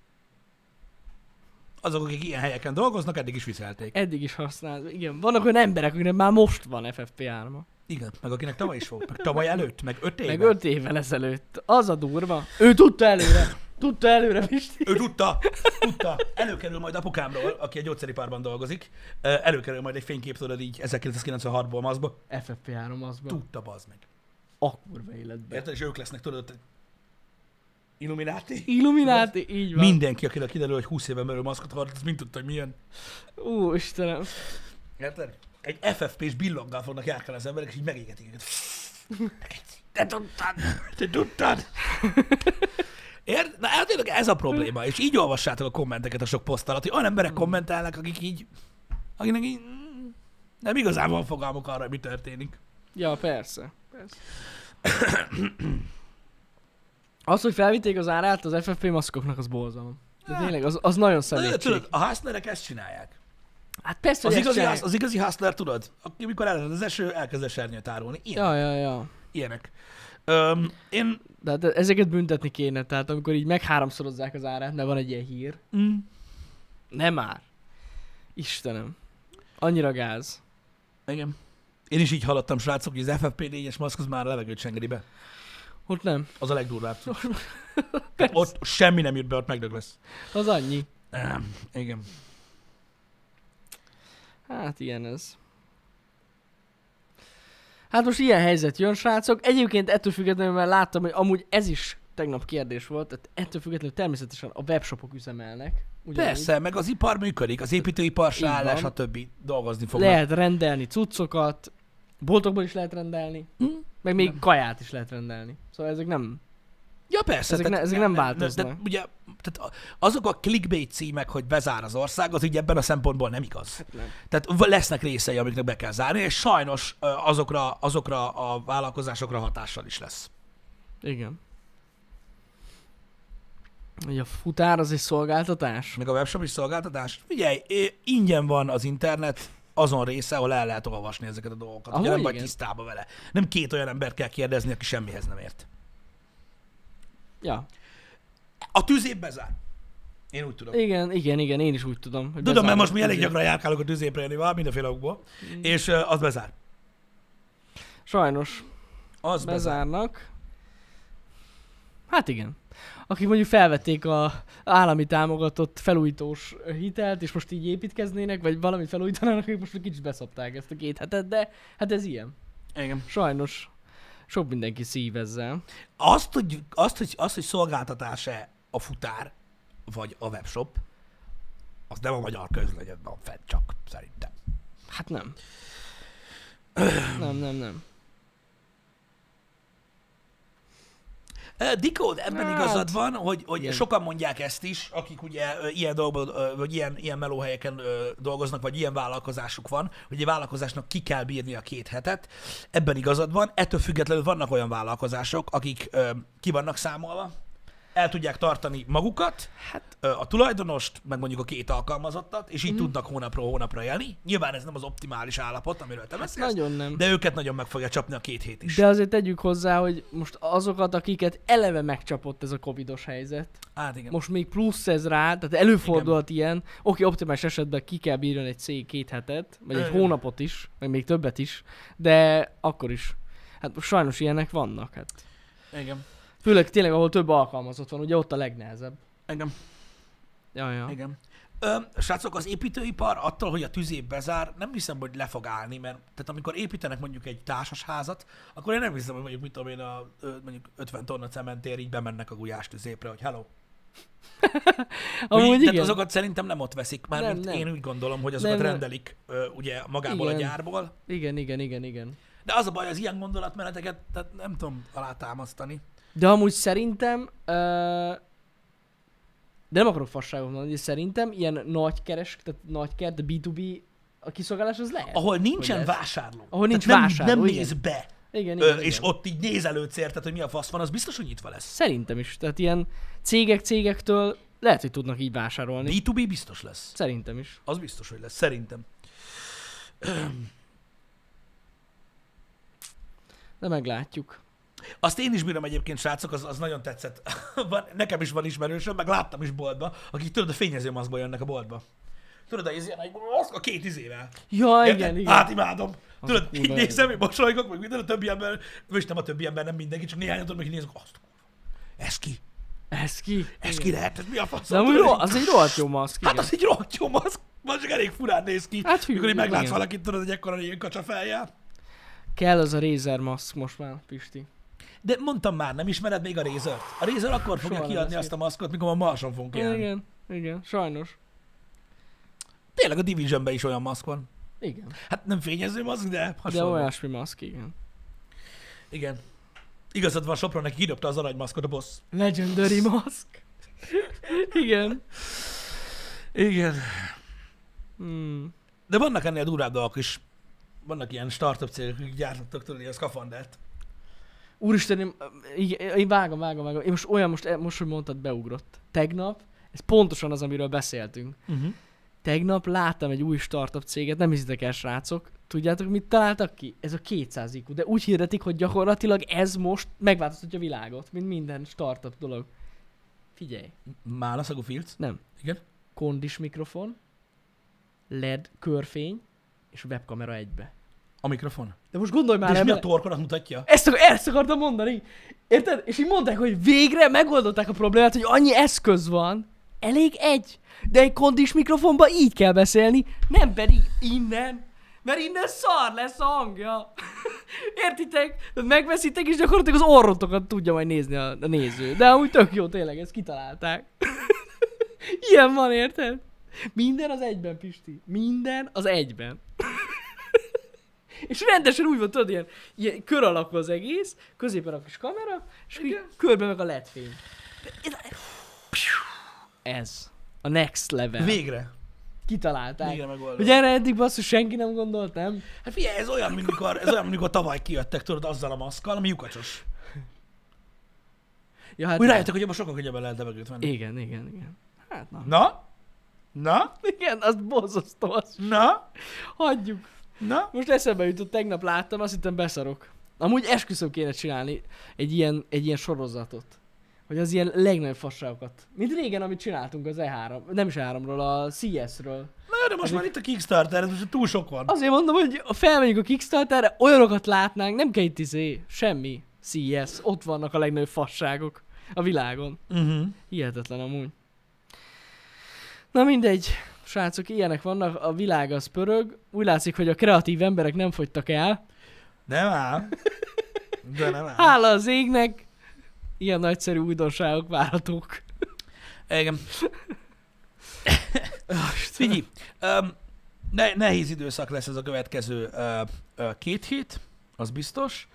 Azok, akik ilyen helyeken dolgoznak, eddig is viselték. Eddig is használod. Igen, vannak olyan emberek, akiknek már most van FFP3-a. Igen, meg akinek tavaly is volt, meg tavaly előtt, meg 5 éve. Meg 5 évvel ezelőtt. Az a durva. Ő tudta előre. Tudta előre, Pisti. Ő tudta. Előkerül majd apukámról, aki egy gyógyszeriparban dolgozik, előkerül majd egy fénykép, tudod így 1996-ból maszkba. FFP3 azban. Tudta, bazd meg. A kurva életben. Érted? És ők lesznek, tudod, Illuminati. Illuminati, így van. Mindenki, akinek kiderül, hogy 20 éven belül maszkot hordott, az mind tudta, hogy milyen. Istenem. Érted? Egy FFP-s billoggal fognak járkálni az emberek, és így megégetik őket. Te tudtad! Érted? Na, tényleg ez a probléma, és így olvassátok a kommenteket a sok poszt alatt, hogy olyan emberek kommentálnak, akiknek így nem igazán van fogalmuk arra, hogy mi történik. Ja, persze. Az, hogy felvitték az árát az FFP maszkoknak, az borzalom. De tényleg, az nagyon szemétség. Tudod, a hustlerek ezt csinálják. Hát persze, hogy Az igazi hustler, tudod, amikor elezed az eső, elkezd esernyőt árulni. Ja. Ilyenek. De hát ezeket büntetni kéne, tehát amikor így megháromszorozzák az árát, mert van egy ilyen hír. Nem már. Istenem. Annyira gáz. Igen. Én is így hallottam, srácok, hogy az FFP4-es maszk az már a levegőt csengedi be. Ott nem. Az a legdurvább. Ott semmi nem jut be, ott megdög lesz. Az annyi. Igen. Hát ilyen ez. Hát most ilyen helyzet jön, srácok. Egyébként ettől függetlenül, mert láttam, hogy amúgy ez is tegnap kérdés volt, tehát ettől függetlenül természetesen a webshopok üzemelnek. Ugyanúgy. Persze, meg az ipar működik, az építőipar se áll le, stb. Dolgozni fognak. Lehet rendelni cuccokat, boltokból is lehet rendelni, meg még kaját is lehet rendelni. Szóval ezek nem... Ja persze. Ezek nem változnak. De ugye, tehát azok a clickbait címek, hogy bezár az ország, az ugye ebben a szempontból nem igaz. Hát nem. Tehát lesznek részei, amiknek be kell zárni, és sajnos azokra a vállalkozásokra hatással is lesz. Igen. Ugye a futár az egy szolgáltatás? Meg a webshop is szolgáltatás. Figyelj, ingyen van az internet azon része, ahol el lehet olvasni ezeket a dolgokat. Ugye nem vagy tisztában vele. Nem két olyan embert kell kérdezni, aki semmihez nem ért. Ja. A tűzép bezár. Én úgy tudom. Igen, én is úgy tudom. Hogy tudom, mert most mi elég gyakran járkálok a tűzépre jönni, mindenféle okból, és az bezár. Sajnos. Az bezárnak. Hát igen. Akik mondjuk felvették a állami támogatott felújítós hitelt, és most így építkeznének, vagy valamit felújítanának, akik most kicsit beszopták ezt a 2 hetet, de hát ez ilyen. Igen. Sajnos. Sok mindenki szív ezzel. Azt, hogy szolgáltatás-e a futár, vagy a webshop, az nem a magyar közlegyet van fent csak, szerintem. Hát nem. Nem. Decode, ebben igazad van, hogy sokan mondják ezt is, akik ugye ilyen dolgokban, vagy ilyen melóhelyeken dolgoznak, vagy ilyen vállalkozásuk van, hogy egy vállalkozásnak ki kell bírni a 2 hetet. Ebben igazad van, ettől függetlenül vannak olyan vállalkozások, akik ki vannak számolva, el tudják tartani magukat, a tulajdonost, meg mondjuk a 2 alkalmazottat, és így tudnak hónapról hónapra élni. Nyilván ez nem az optimális állapot, amiről te beszélsz, nagyon nem. De őket nagyon meg fogja csapni a 2 hét is. De azért tegyük hozzá, hogy most azokat, akiket eleve megcsapott ez a covidos helyzet, hát igen. most még plusz ez rá, tehát előfordulhat ilyen, optimális esetben ki kell bírjon egy cég 2 hetet, vagy egy hónapot is, meg még többet is, de akkor is. Hát most sajnos ilyenek vannak, hát. Igen. Főleg tényleg, ahol több alkalmazott van, ugye ott a legnehezebb. Igen. Ja. Igen. Srácok, az építőipar attól, hogy a tüzép bezár, nem hiszem, hogy le fog állni, mert tehát amikor építenek mondjuk egy társasházat, akkor én nem hiszem, hogy mondjuk, mit tudom én, mondjuk 50 tonna cementér így bemennek a gulyás tüzépre, hogy hello. Amúgy tehát azokat szerintem nem ott veszik, már nem. Én úgy gondolom, hogy azokat rendelik ugye magából a gyárból. Igen. De az a baj, az ilyen gondolatmeneteket tehát nem tudom alátámasztani. De amúgy szerintem, de nem akarok fasságot mondani, de szerintem ilyen nagykeres, tehát nagykert, B2B a kiszolgálás az lehet. Ahol nincsen vásárló. Ahol nincs vásárló, nem néz be. Igen. És ott így nézelődsz érted, hogy mi a fasz van, az biztos, hogy nyitva lesz. Szerintem is. Tehát ilyen cégektől lehet, hogy tudnak így vásárolni. B2B biztos lesz. Szerintem is. Az biztos, hogy lesz. Szerintem. De meglátjuk. Azt én is bírom egyébként, srácok, az nagyon tetszett. Nekem is van ismerősöm, meg láttam is boltba, akik tudod, a fényezőmaszkból jönnek a boltba. Tudod, ez ilyen egy maszk a 2 izével. Ja, igen. Hát imádom. Tudod, így nézem, hogy mosolygok, meg minden, a többi ember, vagy nem a többi ember, nem mindenki, csak néhányan tudod, meg nézek, azt ez ki? Ez ki lehet? Ez mi a fasz? De az egy rohadt jó maszk. Hát az egy rohadt jó maszk. Van csak elég furán néz ki. Hát mikor így meglátsz valakit, tudod, egy ekkora ilyen kacsa feljel. Kell az a Razer maszk most már, Pisti. De mondtam már, nem ismered még a Razert? A Razer akkor fogja kiadni azt a maszkot, mikor a Marson fogunk élni. Igen, sajnos. Tényleg a Divisionben is olyan maszk van. Igen. Hát nem fényező maszk, de hasonló. De olyasmi maszk, igen. Igen. Igazad van, Sopron neki kidobta az aranymaszkot a boss. Legendary maszk. Igen. Igen. Hmm. De vannak ennél durvább dolgok is. Vannak ilyen startup cégek, akik gyártottak tőle ilyen szkafandert. Úristen, én vágom. Én most, hogy mondtad, beugrott. Tegnap, ez pontosan az, amiről beszéltünk. Tegnap láttam egy új startup céget, nem hiszitek el, srácok. Tudjátok, mit találtak ki? Ez a 200 IQ, de úgy hirdetik, hogy gyakorlatilag ez most megváltoztatja a világot, mint minden startup dolog. Figyelj. Málaszagú filc? Nem. Igen? Kondis mikrofon, LED körfény és webkamera egybe. A mikrofon. De most gondolj már De és mi a ebbe. torkodat mutatja? Ezt akartam mondani. Érted? És így mondták, hogy végre megoldották a problémát, hogy annyi eszköz van. Elég egy. De egy kondis mikrofonban így kell beszélni, nem pedig innen. Mert innen szar lesz a hangja. Értitek? Megveszitek, és gyakorlatilag az orrotokat tudja majd nézni a néző. De amúgy tök jó, tényleg, ezt kitalálták. Ilyen van, érted? Minden az egyben, Pisti. Minden az egyben. És rendesen úgy van, tudod, ilyen kör alakú az egész, középen a kis kamera, és körben meg a LED fény. Ez. A next level. Végre. Kitalálták. Végre megoldom. Hogy erre eddig basszus senki nem gondolt, nem? Hát figyelj, ez olyan, mint mikor tavaly kijöttek, tudod, azzal a maszkkal, ami lyukacsos. Ja, hát Úgy rájöttek, hogy abban sokkal könnyebben lehet levegőt venni. Igen. Hát na. Na? Igen, az borzasztó, az. Na? Hagyjuk. Na? Most eszembe jutott, tegnap láttam, azt hittem beszarok. Amúgy esküszöm kéne csinálni egy ilyen sorozatot. Hogy az ilyen legnagyobb fasságokat. Mint régen, amit csináltunk az E3, nem is E3-ról, a CS-ről. Na jó, de most már itt a Kickstarter, ez most túl sok van. Azért mondom, hogy felmegyünk a Kickstarterre, olyanokat látnánk, nem kell itt semmi. CS, ott vannak a legnagyobb fasságok a világon. Hihetetlen amúgy. Na mindegy, srácok, ilyenek vannak, a világ az pörög. Úgy látszik, hogy a kreatív emberek nem fogytak el. Nem áll. De nem áll. Hála az égnek, ilyen nagyszerű újdonságok várhatók. Igen. Figyelj, nehéz időszak lesz ez a következő 2 hét, az biztos.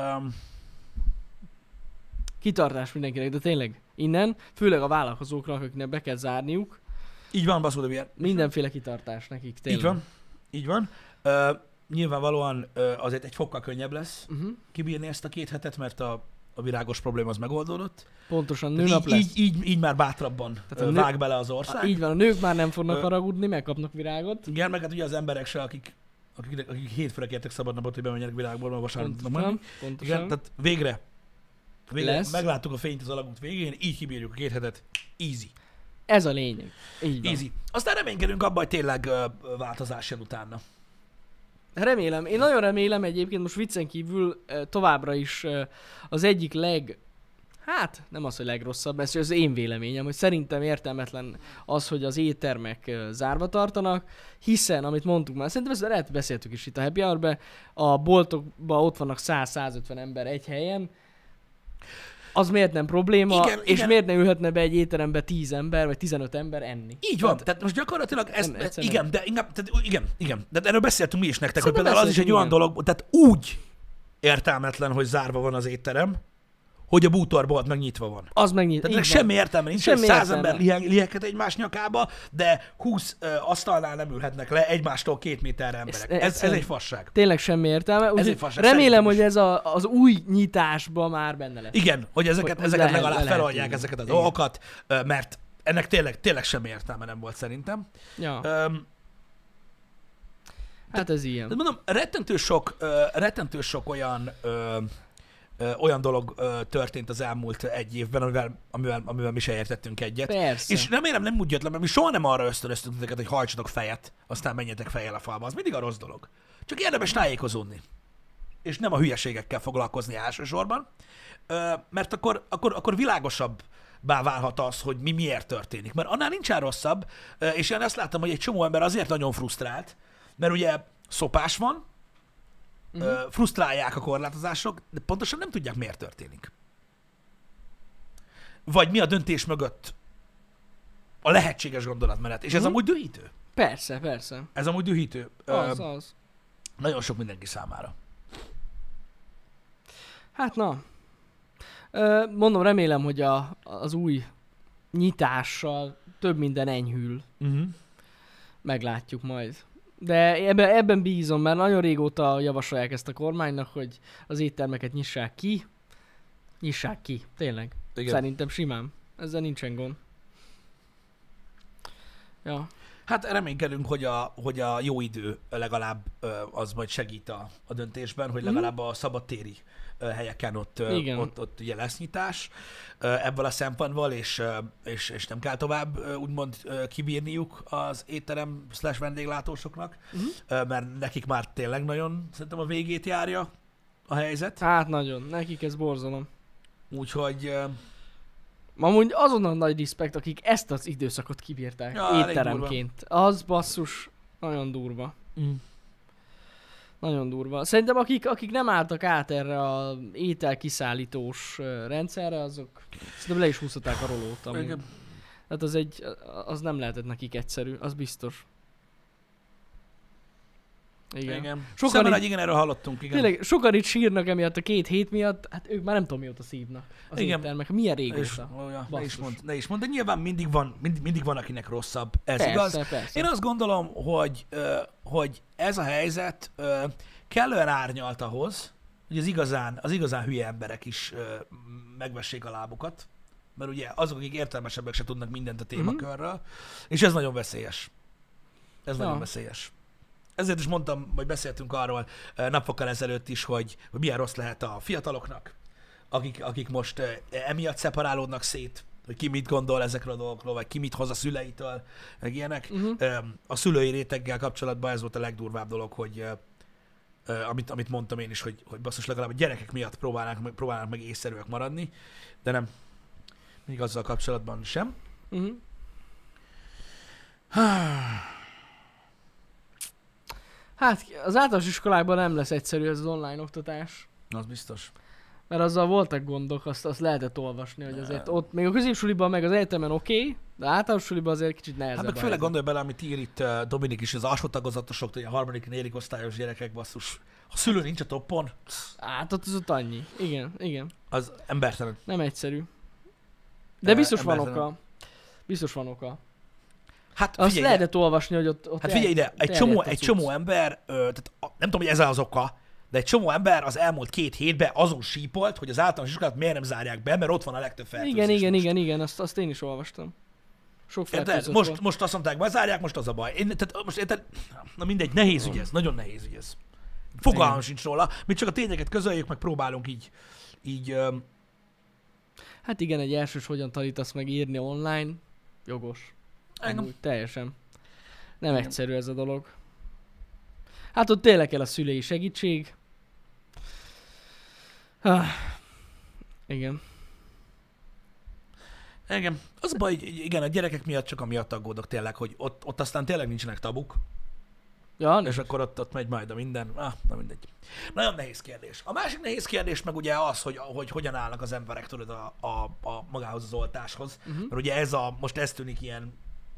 Kitartás mindenkinek, de tényleg innen, főleg a vállalkozóknak, akiknek be kell zárniuk, Így van, baszó, de milyen. mindenféle kitartás nekik, tényleg. Így van. Nyilvánvalóan azért egy fokkal könnyebb lesz kibírni ezt a 2 hetet, mert a világos probléma az megoldódott. Pontosan, Tehát nőnap lesz. így már bátrabban vág bele az ország. Így van, a nők már nem fognak haragudni, megkapnak virágot. Igen, meg hát ugye az emberek se, akik hétfőre kértek szabadnapot, hogy bemenjenek világból, mert vasárnap nem menni. Pontosan. Igen, tehát végre Lesz. megláttuk a fényt az alagút végén, így kibírjuk a 2 hetet. Easy. Ez a lényeg. Így van. Easy. Aztán reménykedünk abban, hogy tényleg változás jön utána. Remélem. Én nagyon remélem egyébként most viccen kívül továbbra is az egyik hát nem az, hogy legrosszabb, ez az én véleményem, hogy szerintem értelmetlen az, hogy az éttermek zárva tartanak, hiszen, amit mondtuk már, szerintem ezt lehet beszéltük is itt a Happy Hour-ben, a boltokban ott vannak 100-150 ember egy helyen, az miért nem probléma, Igen, és igen. miért ne ülhetne be egy étterembe 10 ember, vagy 15 ember enni? Így van, tehát most gyakorlatilag ez, Nem, egyszerűen igen, de inkább, tehát, igen, de erről beszéltünk mi is nektek, Szerintem hogy például az is egy olyan beszéltünk, dolog, tehát úgy értelmetlen, hogy zárva van az étterem, hogy a bútorbolt meg nyitva van. Az megnyit. Tehát ennek így van. semmi értelme nincs, Semmi hogy 100 ember értelme. liheghet egymás nyakába, de 20 asztalnál nem ülhetnek le egymástól 2 méterre emberek. Ez egyszerűen- egy fasság. Tényleg semmi értelme. Úgyhogy egy fasság, remélem, szerintem hogy is. ez az új nyitásba már benne lesz. Igen, hogy ezeket Hogy lehet- legalább le lehet feloldják írni. ezeket a Igen. dolgokat, mert ennek tényleg semmi értelme nem volt szerintem. Ja, Öm, hát ez ilyen. De mondom, rettentő sok olyan dolog történt az elmúlt 1 évben, amivel mi se értettünk egyet. Persze. És remélem nem úgy jött le, mert mi soha nem arra ösztönöztünk titeket, hogy hajtsatok fejet, aztán menjetek fejjel a falba. Az mindig a rossz dolog. Csak érdemes tájékozódni. És nem a hülyeségekkel foglalkozni elsősorban, mert akkor világosabbá válhat az, hogy mi miért történik. Mert annál nincsen rosszabb, és én azt láttam, hogy egy csomó ember azért nagyon frusztrált, mert ugye szopás van, frusztrálják a korlátozások, de pontosan nem tudják, miért történik. Vagy mi a döntés mögött a lehetséges gondolatmenet. És ez amúgy dühítő. Persze. Ez amúgy dühítő. Az. Nagyon sok mindenki számára. Hát na. Mondom, remélem, hogy az új nyitással több minden enyhül. Uh-huh. Meglátjuk majd. De ebben bízom, mert nagyon régóta javasolják ezt a kormánynak, hogy az éttermeket nyissák ki. Nyissák ki, tényleg. Igen. Szerintem simán. Ezzel nincsen gond. Ja. Hát reménykedünk, hogy a jó idő legalább az majd segít a döntésben, hogy legalább a szabadtéri helyeken ott ugye lesz nyitás ebből a szempontból, és nem kell tovább úgymond kibírniuk az étterem / vendéglátósoknak, mert nekik már tényleg nagyon szerintem a végét járja a helyzet. Hát nagyon, nekik ez borzalom. Úgyhogy... Amúgy azonnal nagy respekt, akik ezt az időszakot kibírták étteremként. Az basszus, nagyon durva. Nagyon durva. Szerintem akik nem álltak át erre a ételkiszállítós rendszerre, azok szerintem le is húzhatták a rolót. Amúgy. Tehát az nem lehetett nekik egyszerű, az biztos. Igen. Sokan igen, erről hallottunk. Igen. Tényleg, sokan itt sírnak emiatt a 2 hét miatt, hát ők már nem tudom mióta szívnak az éttermek. Milyen régóta. Ne is mond, de nyilván mindig van, akinek rosszabb. Ez persze, igaz. Persze. Én azt gondolom, hogy ez a helyzet kellően árnyalt ahhoz, hogy az igazán hülye emberek is megvessék a lábukat. Mert ugye azok, akik értelmesebbek se tudnak mindent a témakörről, és ez nagyon veszélyes. Nagyon veszélyes. Ezért is mondtam, vagy beszéltünk arról napokkal ezelőtt is, hogy milyen rossz lehet a fiataloknak, akik most emiatt szeparálódnak szét, hogy ki mit gondol ezekről a dolgokról, vagy ki mit hoz a szüleitől, meg ilyenek. A szülői réteggel kapcsolatban ez volt a legdurvább dolog, hogy amit mondtam én is, hogy basszus legalább a gyerekek miatt próbálnak meg észszerűek maradni, de nem. Még azzal kapcsolatban sem. Hát az általános iskolákban nem lesz egyszerű ez az online oktatás. Az biztos. Mert azzal voltak gondok, azt lehetett olvasni, hogy azért ott, még a középsuliban, meg az egyetemen oké, de általános suliban azért kicsit nehezebb. Hát meg főleg gondolj bele, amit ír itt Dominik is, az alsó tagozatosok, hogy a 3., 4. osztályos gyerekek, basszus. A szülő nincs a toppon. Hát ott az ott annyi. Igen. Az embertelen. Nem egyszerű. De biztos van oka. Biztos van oka. Hát azt lehetett olvasni, hogy ott hát figyelj ide, egy csomó ember, tehát nem tudom, hogy ez az oka, de egy csomó ember az elmúlt 2 hétben azon sípolt, hogy az általános iskolát miért nem zárják be, mert ott van a legtöbb fertőzés. Igen, azt én is olvastam. Sok fertőzés most azt mondták, bezárják, most az a baj. Na mindegy, nehéz ügy ez, nagyon nehéz ügy ez. Fogalmam sincs róla, mi csak a tényeket közöljük, meg próbálunk így Hát igen, egy elsős hogyan tanítasz meg írni online, jogos. Úgy, teljesen. Nem egyszerű ez a dolog. Hát ott tényleg kell a szülői segítség. Igen. Igen. Az a baj, igen, a gyerekek miatt csak amiatt aggódok tényleg, hogy ott aztán tényleg nincsenek tabuk. Ja, és akkor ott megy majd a minden. Na mindegy. Nagyon nehéz kérdés. A másik nehéz kérdés meg ugye az, hogy hogyan állnak az emberek, tudod, a magához az oltáshoz. Mert ugye most ez tűnik ilyen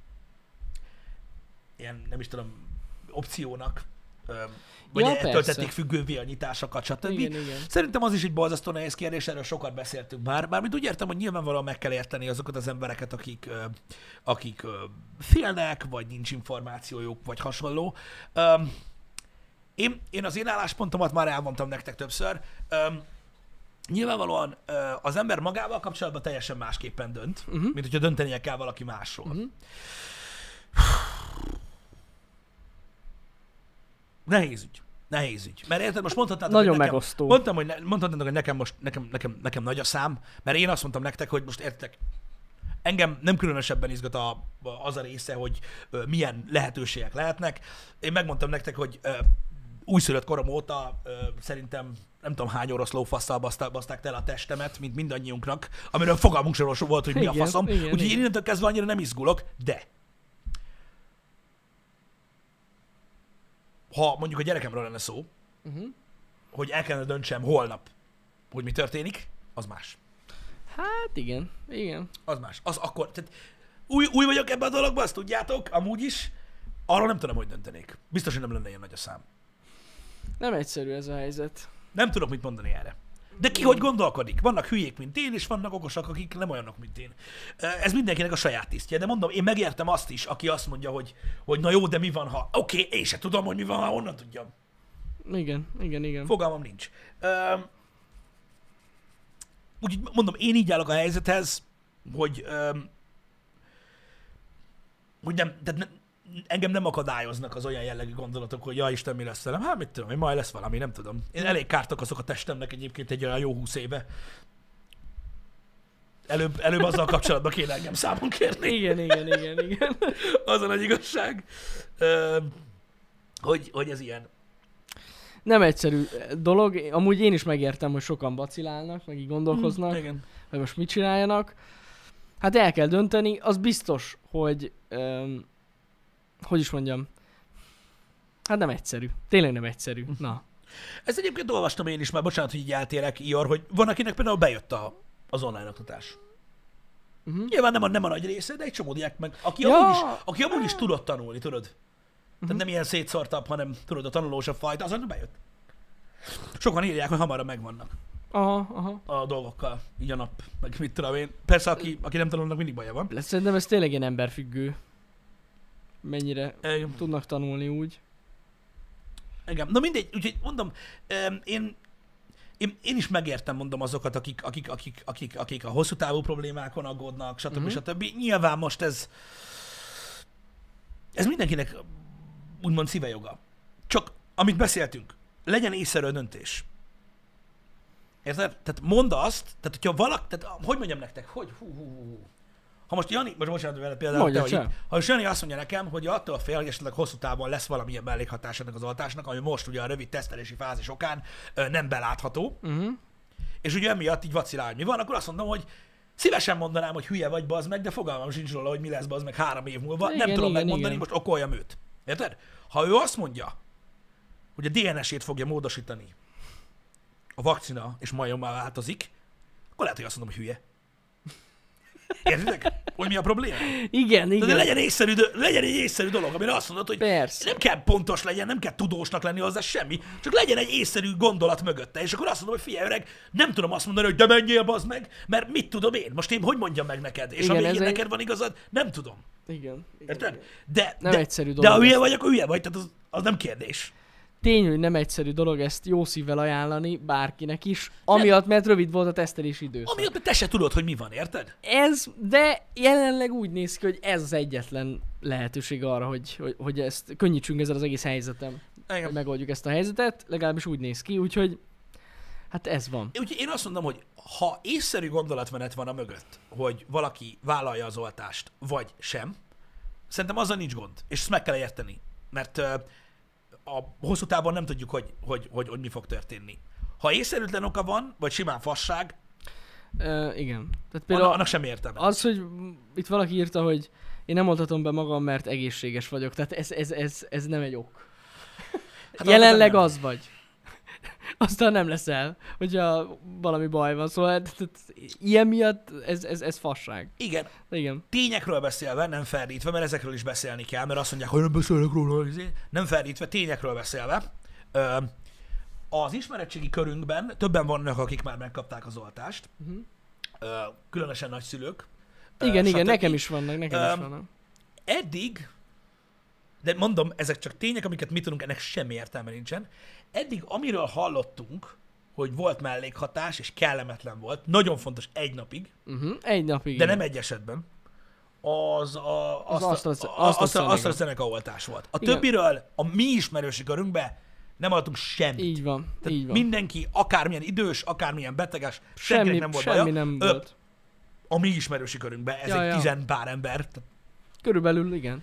nem is tudom, opciónak, vagy ettől tették függővé a nyitásokat, stb. Igen. Szerintem az is egy borzasztó nehéz kérdés, erről sokat beszéltünk már. Bármint úgy értem, hogy nyilvánvalóan meg kell érteni azokat az embereket, akik félnek, vagy nincs információjuk, vagy hasonló. Én az én álláspontomat már elmondtam nektek többször. Nyilvánvalóan az ember magával kapcsolatban teljesen másképpen dönt, mint hogyha döntenie kell valaki másról. Nehéz ügy. Mert érted, most mondhatnátok, nagyon megosztó. Mondhatnátok, hogy nekem nagy a szám, mert én azt mondtam nektek, hogy most értek, engem nem különösebben izgat az a része, hogy milyen lehetőségek lehetnek. Én megmondtam nektek, hogy újszülött korom óta szerintem nem tudom hány orosz lófasszal baszták tele a testemet, mint mindannyiunknak, amiről fogalmunk sem volt, hogy mi a faszom. Úgyhogy én innentől kezdve annyira nem izgulok, de ha mondjuk a gyerekemről lenne szó, hogy el kellene döntsem holnap, hogy mi történik, az más. Hát igen. Az más. Az akkor, tehát új vagyok ebben a dologban, azt tudjátok, amúgy is, arról nem tudom, hogy döntenék. Biztos, hogy nem lenne ilyen nagy a szám. Nem egyszerű ez a helyzet. Nem tudok mit mondani erre. De ki hogy gondolkodik? Vannak hülyék, mint én, és vannak okosak, akik nem olyanok, mint én. Ez mindenkinek a saját tisztje. De mondom, én megértem azt is, aki azt mondja, hogy na jó, de mi van, ha... Oké, én se tudom, hogy mi van, ha honnan tudjam. Igen. Fogalmam nincs. Úgyhogy mondom, én így állok a helyzethez, hogy nem, tehát engem nem akadályoznak az olyan jellegű gondolatok, hogy ja Isten, mi lesz velem. Hát mit tudom, hogy majd lesz valami, nem tudom. Én elég kárt okozok a testemnek egyébként egy olyan jó 20 éve. Előbb azzal kapcsolatban kéne engem számon kérni. Igen. Az a nagy igazság, hogy ez ilyen. Nem egyszerű dolog. Amúgy én is megértem, hogy sokan vacilálnak, meg így gondolkoznak, Igen. hogy most mit csináljanak. Hát el kell dönteni. Az biztos, hogy hogy is mondjam, hát nem egyszerű. Tényleg nem egyszerű. Na. Ezt egyébként olvastam én is már, bocsánat, hogy így eltérek, Ior, hogy van, akinek például bejött az online oktatás. Nyilván nem a nagy része, de egy csomó diák meg, aki amúgy is tudott tanulni, tudod? Tehát nem ilyen szétszortabb, hanem tudod, a tanulósabb fajta, azon bejött. Sokan írják, hogy hamarabb megvannak Aha. a dolgokkal, így a nap, meg mit tudom én. Persze, aki nem tanulnak, mindig baja van. Szerintem ez tényleg ilyen emberfüggő. Mennyire Igen. tudnak tanulni úgy. Igen. Na mindegy, úgyhogy mondom, én is megértem, mondom, azokat, akik a hosszú távú problémákon aggódnak, stb. Nyilván most ez mindenkinek úgymond szívejoga. Csak, amit beszéltünk, legyen észszerű a döntés. Érted? Tehát mondd azt, tehát hogyha valaki, tehát hogy mondjam nektek, hogy ha most Jani, most bocsánat vele például, ha most Jani azt mondja nekem, hogy attól fél, hogy esetleg hosszú távon lesz valamilyen mellékhatás ennek az oltásnak, ami most ugye a rövid tesztelési fázis okán nem belátható, és ugye emiatt így vacilál, mi van, akkor azt mondom, hogy szívesen mondanám, hogy hülye vagy, bazd meg, de fogalmam sincs róla, hogy mi lesz, bazd meg 3 év múlva. Nem tudom megmondani, most okoljam őt. Érted? Ha ő azt mondja, hogy a DNS-ét fogja módosítani a vakcina, és majommá változik, akkor lehet, hogy azt mondom, hogy hülye. Értitek? Hogy mi a probléma? Igen. De legyen egy észszerű dolog, amire azt mondod, hogy persze. Nem kell pontos legyen, nem kell tudósnak lenni hozzá semmi, csak legyen egy észszerű gondolat mögötte, és akkor azt mondom, hogy figyelj öreg, nem tudom azt mondani, hogy de menjél, bazd meg, mert mit tudom én? Most én hogy mondjam meg neked? És amíg neked van igazad, nem tudom. Igen. Érted? Nem egyszerű dolog. De ha hülye vagy, akkor hülye vagy, tehát az nem kérdés. Tény, hogy nem egyszerű dolog ezt jó szívvel ajánlani bárkinek is, amiatt, mert rövid volt a tesztelési időszak. Amiatt, mert te se tudod, hogy mi van, érted? De jelenleg úgy néz ki, hogy ez az egyetlen lehetőség arra, hogy ezt könnyítsünk ezzel az egész helyzetem. Hogy megoldjuk ezt a helyzetet, legalábbis úgy néz ki, úgyhogy hát ez van. Úgyhogy én azt mondom, hogy ha észszerű gondolatmenet van a mögött, hogy valaki vállalja az oltást, vagy sem, szerintem azzal nincs gond, és ezt meg kell érteni, mert a hosszú távon nem tudjuk, hogy mi fog történni. Ha észszerűtlen oka van, vagy simán fasság, igen. Tehát például annak sem értelme. Az, hogy itt valaki írta, hogy én nem oltatom be magam, mert egészséges vagyok. Tehát ez nem egy ok. Hát jelenleg az vagy. Aztán nem leszel, hogyha valami baj van. Szóval ilyen miatt ez fasság. Igen. Tényekről beszélve, nem ferdítve, mert ezekről is beszélni kell, mert azt mondják, hogy nem beszélek róla, nem ferdítve, tényekről beszélve. Az ismeretségi körünkben többen vannak, akik már megkapták az oltást. Különösen nagyszülők. Igen, nekem is vannak. Eddig, de mondom, ezek csak tények, amiket mi tudunk, ennek semmi értelme nincsen. Eddig, amiről hallottunk, hogy volt mellékhatás, és kellemetlen volt, nagyon fontos, 1 napig. Egy napig. De nem egy esetben. Az AstraZeneca oltás volt. A többiről, a mi ismerősi körünkben nem hallottunk semmit. Így van. Mindenki, akármilyen idős, akármilyen beteges, senkinek nem volt baja. Nem volt. A mi ismerősi körünkben, ez egy 10 pár ember. Körülbelül, igen.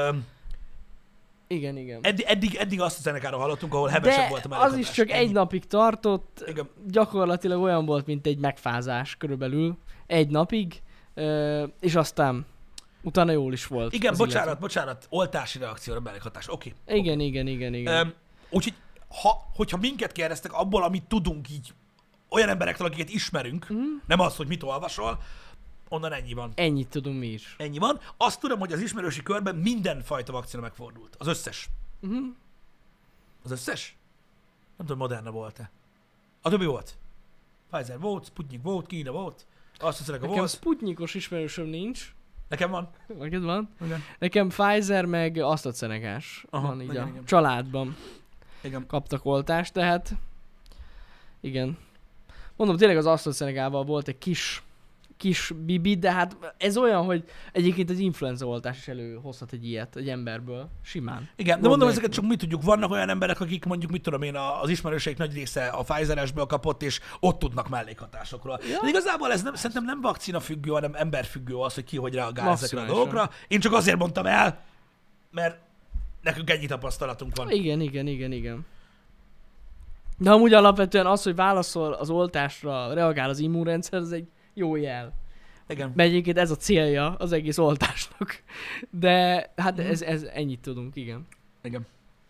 Igen. Eddig azt a zenekáról hallottunk, ahol hevesebb volt a mellékhatás. Az is csak 1 napig tartott, igen. Gyakorlatilag olyan volt, mint egy megfázás körülbelül. 1 napig, és aztán utána jól is volt. Igen, bocsánat, oltási reakcióra mellékhatás, oké. Igen. Úgyhogy, hogyha minket kérdeztek abból, amit tudunk így, olyan emberektől, akiket ismerünk, nem az, hogy mit olvasol, onnan ennyi van. Ennyit tudunk mi is. Ennyi van. Azt tudom, hogy az ismerősi körben mindenfajta vakcina megfordult. Az összes. Az összes? Nem tudom, Moderna volt-e. A többi volt. Pfizer volt, Sputnik volt, Kína volt, AstraZeneca Nekem volt. Sputnikos ismerősöm nincs. Nekem van. Neked van? Igen. Nekem Pfizer meg AstraZenecás Aha, van így igen, a igen. családban. Igen. Kaptak oltást, tehát igen. Mondom, tényleg az AstraZenecával volt egy kis bibi, de hát ez olyan, hogy egyébként egy influenza oltás is előhozhat egy ilyet egy emberből. Simán. Igen, de Gond mondom, nélkül. ezeket csak mi tudjuk. Vannak olyan emberek, akik mondjuk, mit tudom én, az ismerőség nagy része a Pfizeresből kapott, és ott tudnak mellékhatásokról. Ja. De igazából ez nem, szerintem nem vakcina függő, hanem emberfüggő az, hogy ki hogy reagál ezekre a Maximálisan. dolgokra. Én csak azért mondtam el, mert nekünk ennyi tapasztalatunk van. Igen. De amúgy alapvetően az, hogy válaszol az oltásra, reagál az immunrendszer, ez egy jó jel. Igen. Mert egyébként ez a célja az egész oltásnak. De hát ez ennyit tudunk, igen. Igen.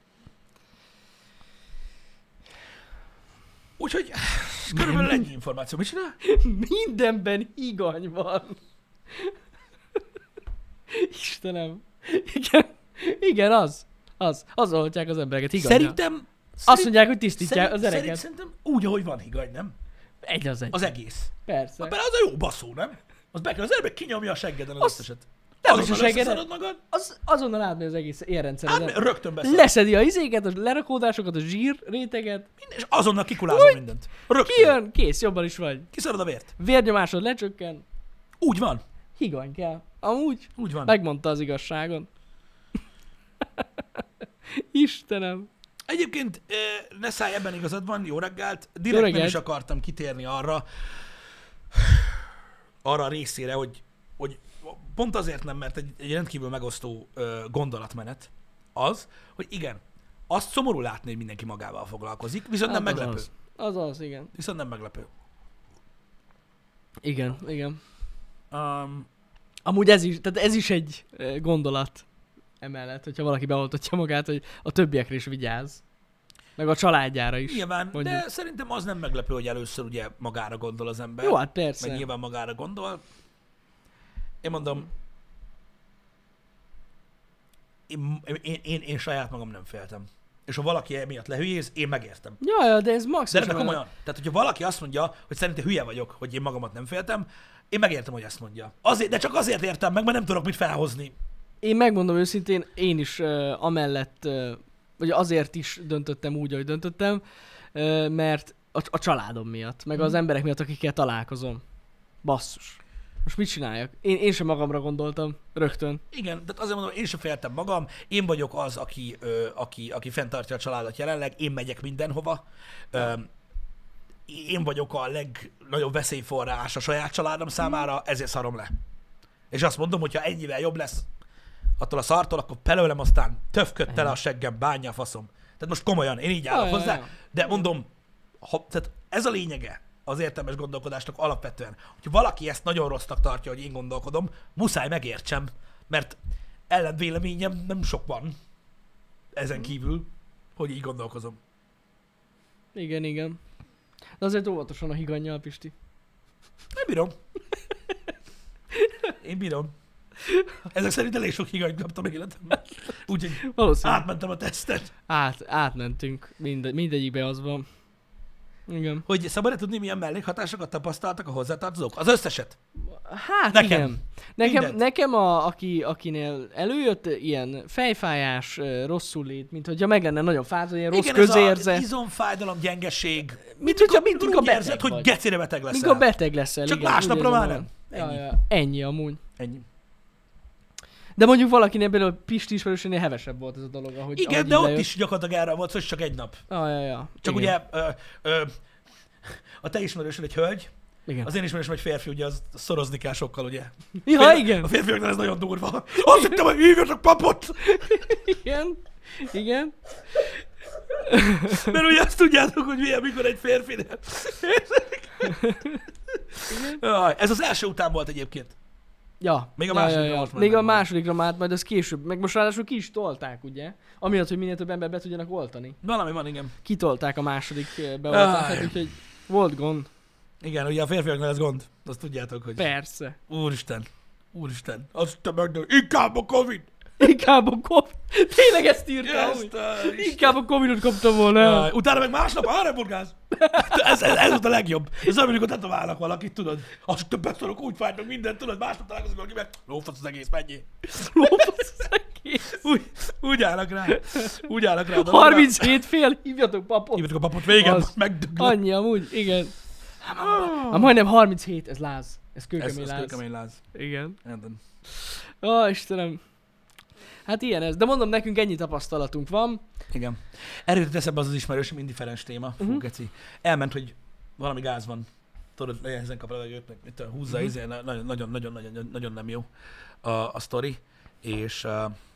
Úgyhogy körülbelül ennyi információ. Mit csinál? Mindenben higany van. Istenem. Igen, az oltják az embereket higanyra. Szerintem... Azt mondják, hogy tisztítják az ereket. Szerintem úgy, ahogy van higany, nem? Egy az egy. Az egész. Persze. Például az a jó baszó, nem? Az be kell, az ember kinyomja a seggeden az összeset. Nem is a Azonnal seggeden. összeszarod magad, Azonnal átmegy az egész érrendszereden. rögtön beszél. Leszedi a izéket, a lerakódásokat, a zsír réteget. És azonnal kikulázol mindent. Rögtön. Kijön, kész, jobban is vagy. Kiszarod a vért. Vérnyomásod lecsökken, Úgy van. higany kell. Amúgy Úgy van. megmondta az igazságon. Istenem. Egyébként ne szállj, ebben igazad van, jó reggelt. Jó Direkt nem reggelt. is akartam kitérni arra a részére, hogy pont azért nem, mert egy rendkívül megosztó gondolatmenet az, hogy igen, azt szomorú látni, hogy mindenki magával foglalkozik, viszont nem Hát meglepő. Az, igen. Viszont nem meglepő. Igen. Um, Amúgy ez is egy gondolat emellett, hogyha valaki beoltatja magát, hogy a többiekre is vigyáz. Meg a családjára is. Nyilván, mondjuk. de szerintem az nem meglepő, hogy először ugye magára gondol az ember. Jó, hát persze. Meg nyilván magára gondol. Én mondom, én saját magam nem féltem. És ha valaki emiatt lehülyéz, én megértem. Ja, de ez De maximum. ennek komolyan. Tehát, hogyha valaki azt mondja, hogy szerintem hülye vagyok, hogy én magamat nem féltem, én megértem, hogy ezt mondja. Azért, de csak azért értem meg, mert nem tudok mit felhozni. Én megmondom őszintén, én is amellett, vagy azért is döntöttem úgy, ahogy döntöttem, mert a családom miatt, meg az emberek miatt, akikkel találkozom. Basszus. Most mit csináljak? Én sem magamra gondoltam, rögtön. Igen, tehát azért mondom, én sem féltem magam, én vagyok az, aki fenntartja a családot jelenleg, én megyek mindenhova. Én vagyok a legnagyobb veszélyforrás a saját családom számára, ezért szarom le. És azt mondom, hogy ha ennyivel jobb lesz attól a szartól, akkor belőlem aztán töfködt tele a seggem, bánja a faszom. Tehát most komolyan, én így állok hozzá, de mondom, tehát ez a lényege az értelmes gondolkodásnak alapvetően. Hogyha valaki ezt nagyon rossznak tartja, hogy én gondolkodom, muszáj megértsem, mert ellenvéleményem nem sok van ezen kívül, hogy így gondolkozom. Igen. De azért óvatosan a higannyal, Pisti. Nem bírom. Én bírom. Ezek szerint elég sok higanyt kaptam életemben. Úgyhogy Valószínűleg. átmentem a tesztet. Átmentünk. Mindegyikbe az van. Igen. Hogy szabad-e tudni, milyen mellékhatásokat tapasztaltak a hozzátartozók? Az összeset. Hát Nekem. igen. Nekem akinél előjött ilyen fejfájás, rosszul lét, mint hogyha meg lenne nagyon fájt, ilyen rossz Igen, közérzet. ez a izomfájdalom, gyengeség. Mint hogyha úgy beteg érzed, hogy vagy. gecére beteg leszel. Mint a beteg leszel. Csak igen, másnapra úgy érzem már nem. magam. Ennyi. Ja, ennyi amúgy. Ennyi. De mondjuk valakinél például Pisti ismerősénél hevesebb volt ez a dolog, ahogy Igen, ahogy de így ott lejött. is gyakorlatilag erre volt, hogy csak egy nap. Ja. Csak igen. ugye a te ismerősöd egy hölgy, Igen. az én ismerősöm egy férfi, ugye az szorozni kell sokkal, ugye. Ja, igen. A férfiaknál ez nagyon durva. Azt hittem, hogy hívjatok papot! Igen. Mert ugye azt tudjátok, hogy milyen, mikor egy férfinél. Jaj, ez az első után volt egyébként. Ja. Még a másodikra most már Még a nem volt. másodikra már, majd az később. Meg most ráadásul ki is tolták, ugye? Amiatt, hogy minél több ember be tudjanak oltani. Valami van, igen. Kitolták a második beoltását, Áj. úgyhogy volt gond. Igen, ugye a férfiaknál ez gond. Azt tudjátok, hogy... Persze. Úristen. Azt te megdög. Inkább a Covid. Inkább a Covid. Tényleg ezt írta. Ezt, Inkább a Covidot kaptam volna. Utána meg másnap Háreburgáz. Ez volt a legjobb. Ez olyan, amikor tetoválnak valakit, tudod. Azt többet szorok, úgy fájnak mindent, tudod. Másnap találkozik valakivel. Lófasz az egész, menjél. Lófasz az egész. Úgy állnak rá. Úgy állnak rá. 37 fél, hívjatok papot. Hívjatok a papot, vége, megdöglök. Annyi amúgy, igen. Már majdnem 37, ez láz. Ez kőkemény Ez láz. kőkemény láz. Igen. Enden. Ó, Istenem. Hát ilyen ez. De mondom, nekünk ennyi tapasztalatunk van. Igen. Erről jutott eszembe az ismerősöm indiferens téma. Fú, geci. Elment, hogy valami gáz van. Tudod, nehezen kap a levegőt, meg mit húzza, nagyon nem jó a sztori. És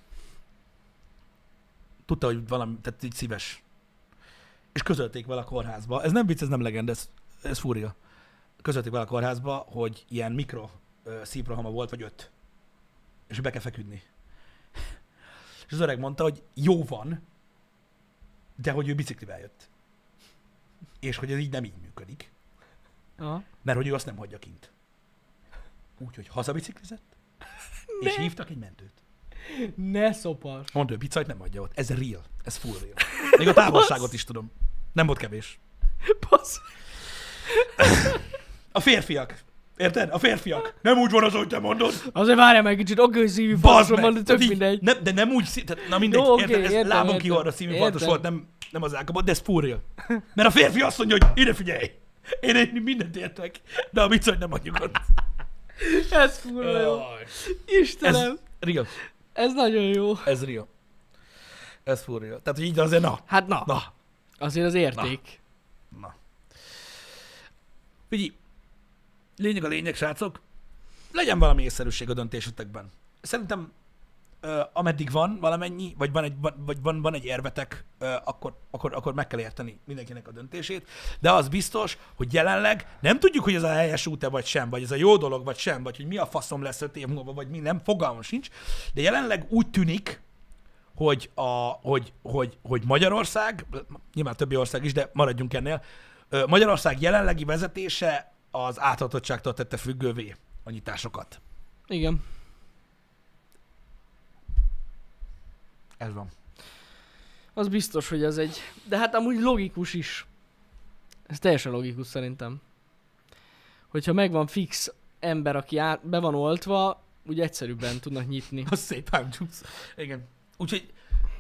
tudta, hogy valami, tehát így szíves. És közölték vele a kórházba. Ez nem vicc, ez nem legenda, ez fúria. Közölték vele a kórházba, hogy ilyen mikro szívrohama volt, vagy 5. És be kell feküdni. És az öreg mondta, hogy jó van, de hogy ő biciklivel jött. És hogy ez így nem így működik. Aha. Mert hogy ő azt nem hagyja kint. Úgyhogy hazabiciklizett, és hívtak egy mentőt. Ne szopas. Mondta, hogy pizzait nem hagyja ott. Ez real. Ez full real. Még a távolságot is tudom. Nem volt kevés. Passz. A férfiak. Érted? A férfiak. Nem úgy van az, hogy te mondod. Azért várjál meg kicsit, oké, szívinfarktosom van, de tök mindegy. De nem úgy, tehát, na mindegy, Jó, érted? Ez értem, lábon értem. kiharra szívinfarktos Értem. volt, nem az elkapott, de ez full real. Mert a férfi azt mondja, hogy ide figyelj. Én mindent értek, de a viccony nem adjuk ott. Ez furva jó. Istenem. Ez real. Ez nagyon jó. Ez real. Ez full real. Tehát, hogy így azért na. Hát na. Na. Azért az érték. Na. Figyelj, lényeg a lényeg, srácok. Legyen valami észszerűség a döntésetekben. Szerintem ameddig van valamennyi, vagy van egy érvetek, akkor meg kell érteni mindenkinek a döntését, de az biztos, hogy jelenleg nem tudjuk, hogy ez a helyes út-e vagy sem, vagy ez a jó dolog vagy sem, vagy hogy mi a faszom lesz 5 év múlva, vagy mi nem, fogalmam sincs, de jelenleg úgy tűnik, hogy Magyarország, nyilván többi ország is, de maradjunk ennél, Magyarország jelenlegi vezetése az áthatottságtól tette függővé a nyitásokat. Igen. Ez van. Az biztos, hogy ez egy... De hát amúgy logikus is. Ez teljesen logikus szerintem. Hogyha megvan fix ember, aki be van oltva, úgy egyszerűbben tudnak nyitni. Az szép hámcsúsz. Igen. Úgyhogy,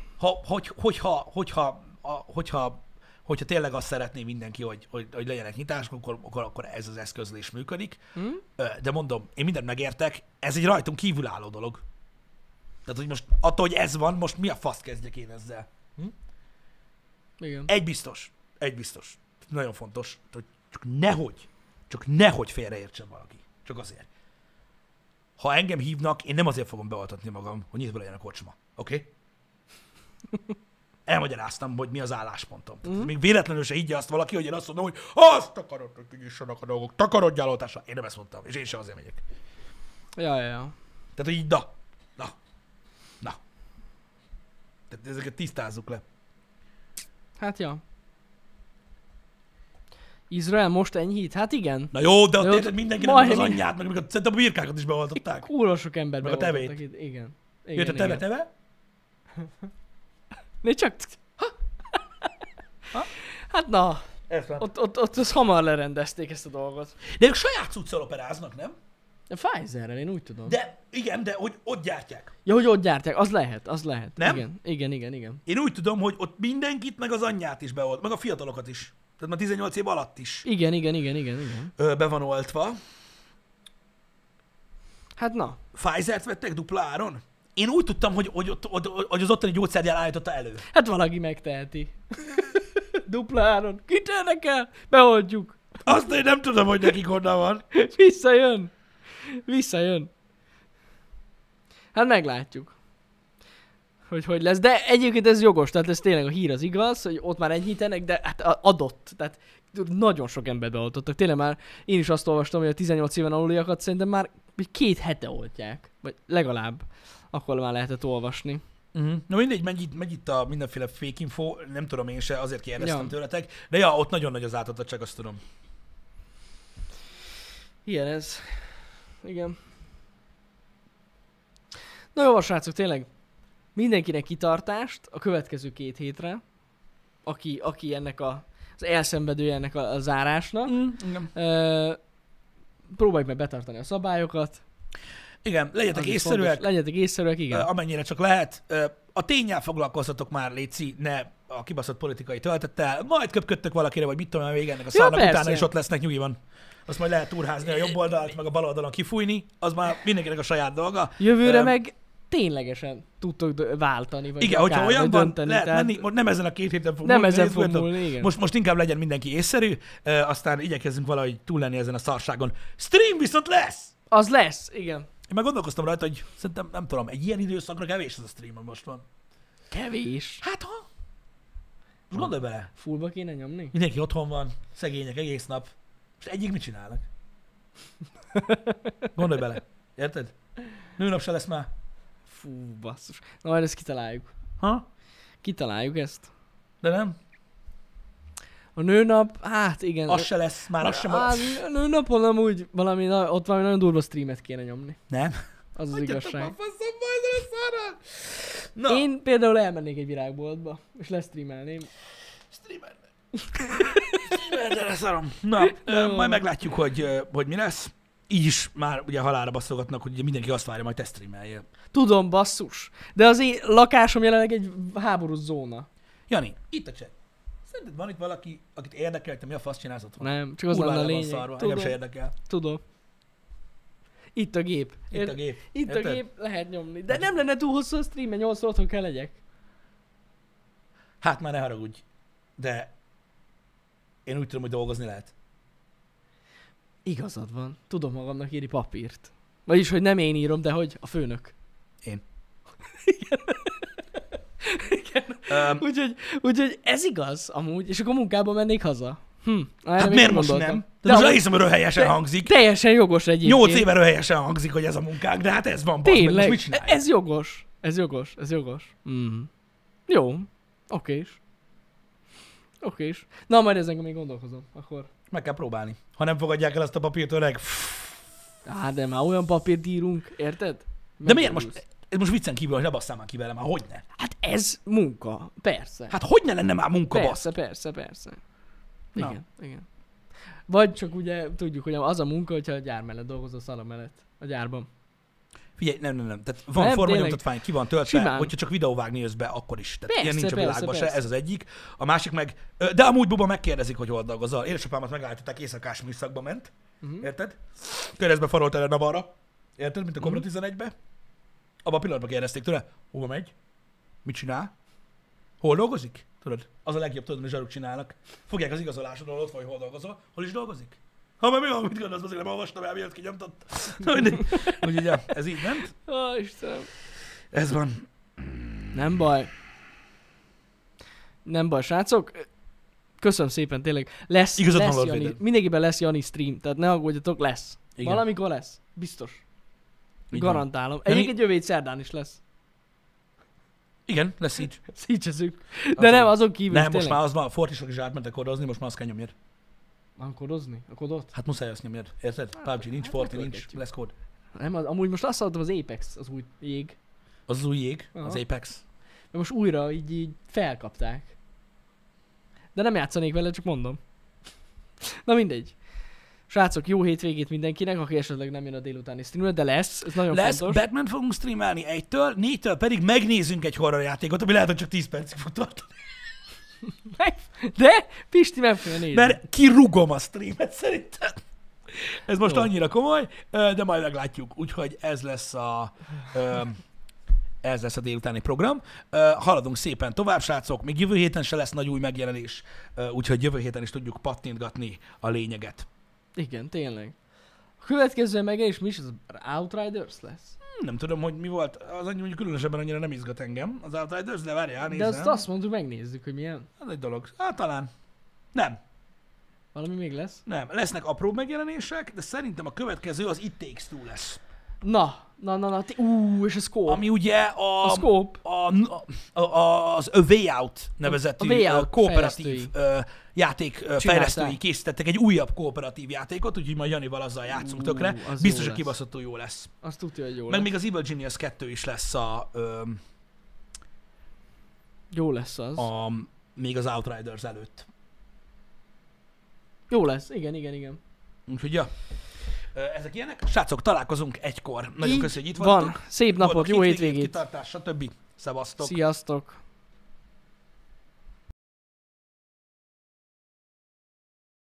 hogyha tényleg azt szeretné mindenki, hogy legyenek nyitások, akkor ez az eszközlés működik. De mondom, én mindent megértek, ez egy rajtunk kívülálló dolog. Tehát, hogy most attól, hogy ez van, most mi a fasz kezdjek én ezzel? Igen. Egy biztos. Nagyon fontos, hogy csak nehogy félreértsen valaki. Csak azért. Ha engem hívnak, én nem azért fogom beoltatni magam, hogy nyitva legyen a kocsma. Oké? Elmagyaráztam, hogy mi az álláspontom. Még véletlenül se higgye azt valaki, hogy én azt mondom, hogy azt akarod, hogy kinyissanak a dolgok, takarodjál oltásra. Én nem ezt mondtam, és én sem azért megyek. Ja. Tehát, hogy így na. Tehát ezeket tisztázzuk le. Hát ja. Izrael most enyhít? Hát igen. Na jó, de ott érted mindenkinek az majdnem anyját, meg szerintem a birkákat is beoltották. Kurva sok ember Meg a beoltottak tevét. itt. Igen. Jött a teve? Ne csak... Hát na, Ez van. ott az hamar lerendezték ezt a dolgot. De ők saját cuccal operáznak, nem? A Pfizerrel, én úgy tudom. De igen, de hogy ott gyártják. Ja, hogy ott gyártják, az lehet. Nem? Igen. Én úgy tudom, hogy ott mindenkit, meg az anyját is beolt, meg a fiatalokat is. Tehát már 18 év alatt is Igen. be van oltva. Hát na. Pfizert vettek dupla áron? Én úgy tudtam, hogy az ottani gyógyszergyár állította elő. Hát valaki megteheti. Dupla áron. Kit érdekel? Beoldjuk. Azt én nem tudom, hogy nekik honnan van. Visszajön. Hát meglátjuk. Hogy lesz. De egyébként ez jogos, tehát ez tényleg a hír az igaz, hogy ott már enyhítenek, de hát adott. Tehát nagyon sok embert beoltottak. Tényleg már én is azt olvastam, hogy a 18 éven aluliakat szerintem már 2 hete oltják. Vagy legalább. Akkor már lehetett olvasni. Na mindegy, megy itt a mindenféle fake info, nem tudom én se, azért kérdeztem tőletek. De ja, ott nagyon nagy az átadtság, azt tudom. Ilyen ez. Igen. Na jó, srácok, tényleg Mindenkinek kitartást a következő 2 hétre, aki ennek az elszenvedője ennek a zárásnak. Igen. Próbáljuk meg betartani a szabályokat. Igen, legyetek Az is észszerűek, fontos. Legyetek észszerűek, igen. amennyire csak lehet. A ténnyel foglalkozzatok már, léci, ne a kibaszott politikai töltettel. Majd köpködtök valakire, vagy mit tudom, még ennek a szarnak persze. utána is ott lesznek, nyugi van. Azt majd lehet turházni a jobb oldalt, meg a bal oldalon kifújni. Az már mindenkinek a saját dolga. Jövőre Öm, meg ténylegesen tudtok váltani, vagy Igen, akár, hogyha olyan vagy van, dönteni. lehet tehát menni, most nem ezen a 2 héten fog nem múlni, ezen nézzük, fog tudod. múlni, igen. Most inkább legyen mindenki észszerű, aztán igyekezzünk valahogy túl lenni ezen a szarságon. Stream viszont lesz! Az lesz, igen. Én meg gondolkoztam rajta, hogy szerintem, nem tudom, egy ilyen időszakra kevés ez a stream, ami most van. Kevés. Hát ha? Most gondolj bele. Fullba kéne nyomni? Mindenki otthon van, szegények egész nap. Most egyik mit csinálnak? Gondolj bele. Érted? Nőnap se lesz már. Fú, basszus. Na majd ezt kitaláljuk. Ha? Kitaláljuk ezt. De nem? A nőnap, hát igen. Az se lesz, már az sem. Hát, a nőnapon amúgy ott valami nagyon durva streamet kéne nyomni. Nem? Az az Hagyjatok igazság. a faszomba ezzel a szarral! Na, Én például elmennék egy virágboltba, és lesztreamelném. streamer, de leszarom. Na, majd meglátjuk, hogy mi lesz. Így is már ugye halálra basszogatnak, hogy ugye mindenki azt várja, majd te streameljél. Tudom, basszus. De az én lakásom jelenleg egy háborús zóna. Jani, itt a chat. Szerinted van itt valaki, akit érdekel, hogy te mi a fasz csinálsz otthon? Nem, csak az Kurvára lenne a van lényeg. szarva, engem Tudom, se érdekel. tudom. Itt a gép. Itt a gép. Itt a Érted? gép, lehet nyomni. De nem lenne túl hosszú a stream, mert 8 otthon kell legyek. Hát már ne haragudj, de én úgy tudom, hogy dolgozni lehet. Igazad van. Tudom magamnak írni papírt. Vagyis, hogy nem én írom, de hogy a főnök. Én. Igen. Úgyhogy ez igaz amúgy, és akkor munkába mennék haza. Erre Hát még miért nem most gondoltam. nem? De most amúgy elhiszem, hogy röhelyesen hangzik. Teljesen jogos egyébként. 8 éve röhelyesen hangzik, hogy ez a munkánk, de hát ez van, bassz meg, most Tényleg, mit csinálj? ez jogos. Ez jogos. Jó, okés. Na, majd ezen még gondolkozom, akkor. Meg kell próbálni. Ha nem fogadják el azt a papírt, öreg. De már olyan papírt írunk, érted? De miért most? Ez most viccen kívül, hogy ne basszál már ki velem, hát hogyne? Hát ez munka, persze. Hát hogy ne lenne már munka, bassz? Persze. Na. Igen. Vagy csak ugye tudjuk, hogy az a munka, hogyha a gyár mellett dolgozol, szala mellett. A gyárban. Figyelj, nem. Tehát van Nem, formanyomtatvány, ki van töltve, Simán. hogyha csak videóvágni jössz be, akkor is. Tehát ilyen Persze, nincs a világban persze. se, ez az egyik. A másik meg, de amúgy Buba megkérdezik, hogy hol dolgozol. Édesapámat megállították, éjszakás műszakba ment. Érted? Keresztbe farolt el a balra. Érted? Mint a Cobra 11-be. Abban a pillanatban kérdezték tőle, hova megy? Mit csinál? Hol dolgozik? Tudod, az a legjobb, tudod, hogy zsaruk csinálnak. Fogják az igazolásodról, ott vagy, hol dolgozol. Hol is dolgozik? Ha már mi van, mit gondolsz, azért nem olvastam el, miért kinyomtott. Úgyhogy ja, ez így ment. Ó, Istenem. Ez van. Nem baj, srácok. Köszönöm szépen, tényleg. Lesz Igazad van, Lord Jani. Vader. Mindenkiben lesz Jani stream, tehát ne aggódjatok, lesz. Igen. Valamikor lesz. Biztos. Így van. Garantálom. Jani- Egyébként jövő hét szerdán is lesz. Igen, lesz így. Szítsezünk. De nem, azon kívül Nem, is most tényleg. már az van, Fortisok is átmentek kodozni, most már azt kell nyomjad. Van kodozni? A kodot? Hát muszáj azt nyomjad, érted? PUBG nincs, Forti nincs, megölgetjük. lesz kód. Nem, amúgy most azt hallottam, az Apex az új jég. Az új jég, Aha. az Apex. De most újra így felkapták. De nem játszanék vele, csak mondom. Na mindegy. Srácok, jó hétvégét mindenkinek, aki esetleg nem jön a délutáni streamre, de lesz, ez nagyon Lesz, fontos. Batman fogunk streamelni 1-től, 4-től pedig megnézünk egy horror játékot, ami lehet, hogy csak 10 percig fog tartani. De Pisti meg fogja nézni. Mert kirugom a streamet szerintem. Ez most Jó. annyira komoly, de majd meglátjuk. Úgyhogy ez lesz a délutáni program. Haladunk szépen tovább, srácok. Még jövő héten se lesz nagy új megjelenés, úgyhogy jövő héten is tudjuk pattintgatni a lényeget. Igen, tényleg. A következő megjelenés mi is? Az Outriders lesz? Nem tudom, hogy mi volt. Az annyi, mondjuk különösebben annyira nem izgat engem az Outriders, de várjál, De nézzem. azt mondtuk, megnézzük, hogy milyen. Az egy dolog. Hát talán. Nem. Valami még lesz. Nem. Lesznek apró megjelenések, de szerintem a következő az It Takes Two lesz. Na. És a Scope. Ami ugye A Scope. az A Way Out nevezetű A Way Out kooperatív játékfejlesztői Csinálták. készítettek egy újabb kooperatív játékot, úgyhogy majd Janival azzal játszunk tökre. az Biztos, jó hogy lesz. kibaszottul jó lesz. Azt tudja, hogy jó Meg lesz. még az Evil Genius 2 is lesz a Jó lesz az. Még az Outriders előtt. Jó lesz, igen. Úgyhogy ja, ezek ilyenek. Srácok, találkozunk egykor. Nagyon köszönjük, hogy itt van. vagytok. Szép napot, jó hétvégét. Kitartás, stb. Szevasztok. Sziasztok.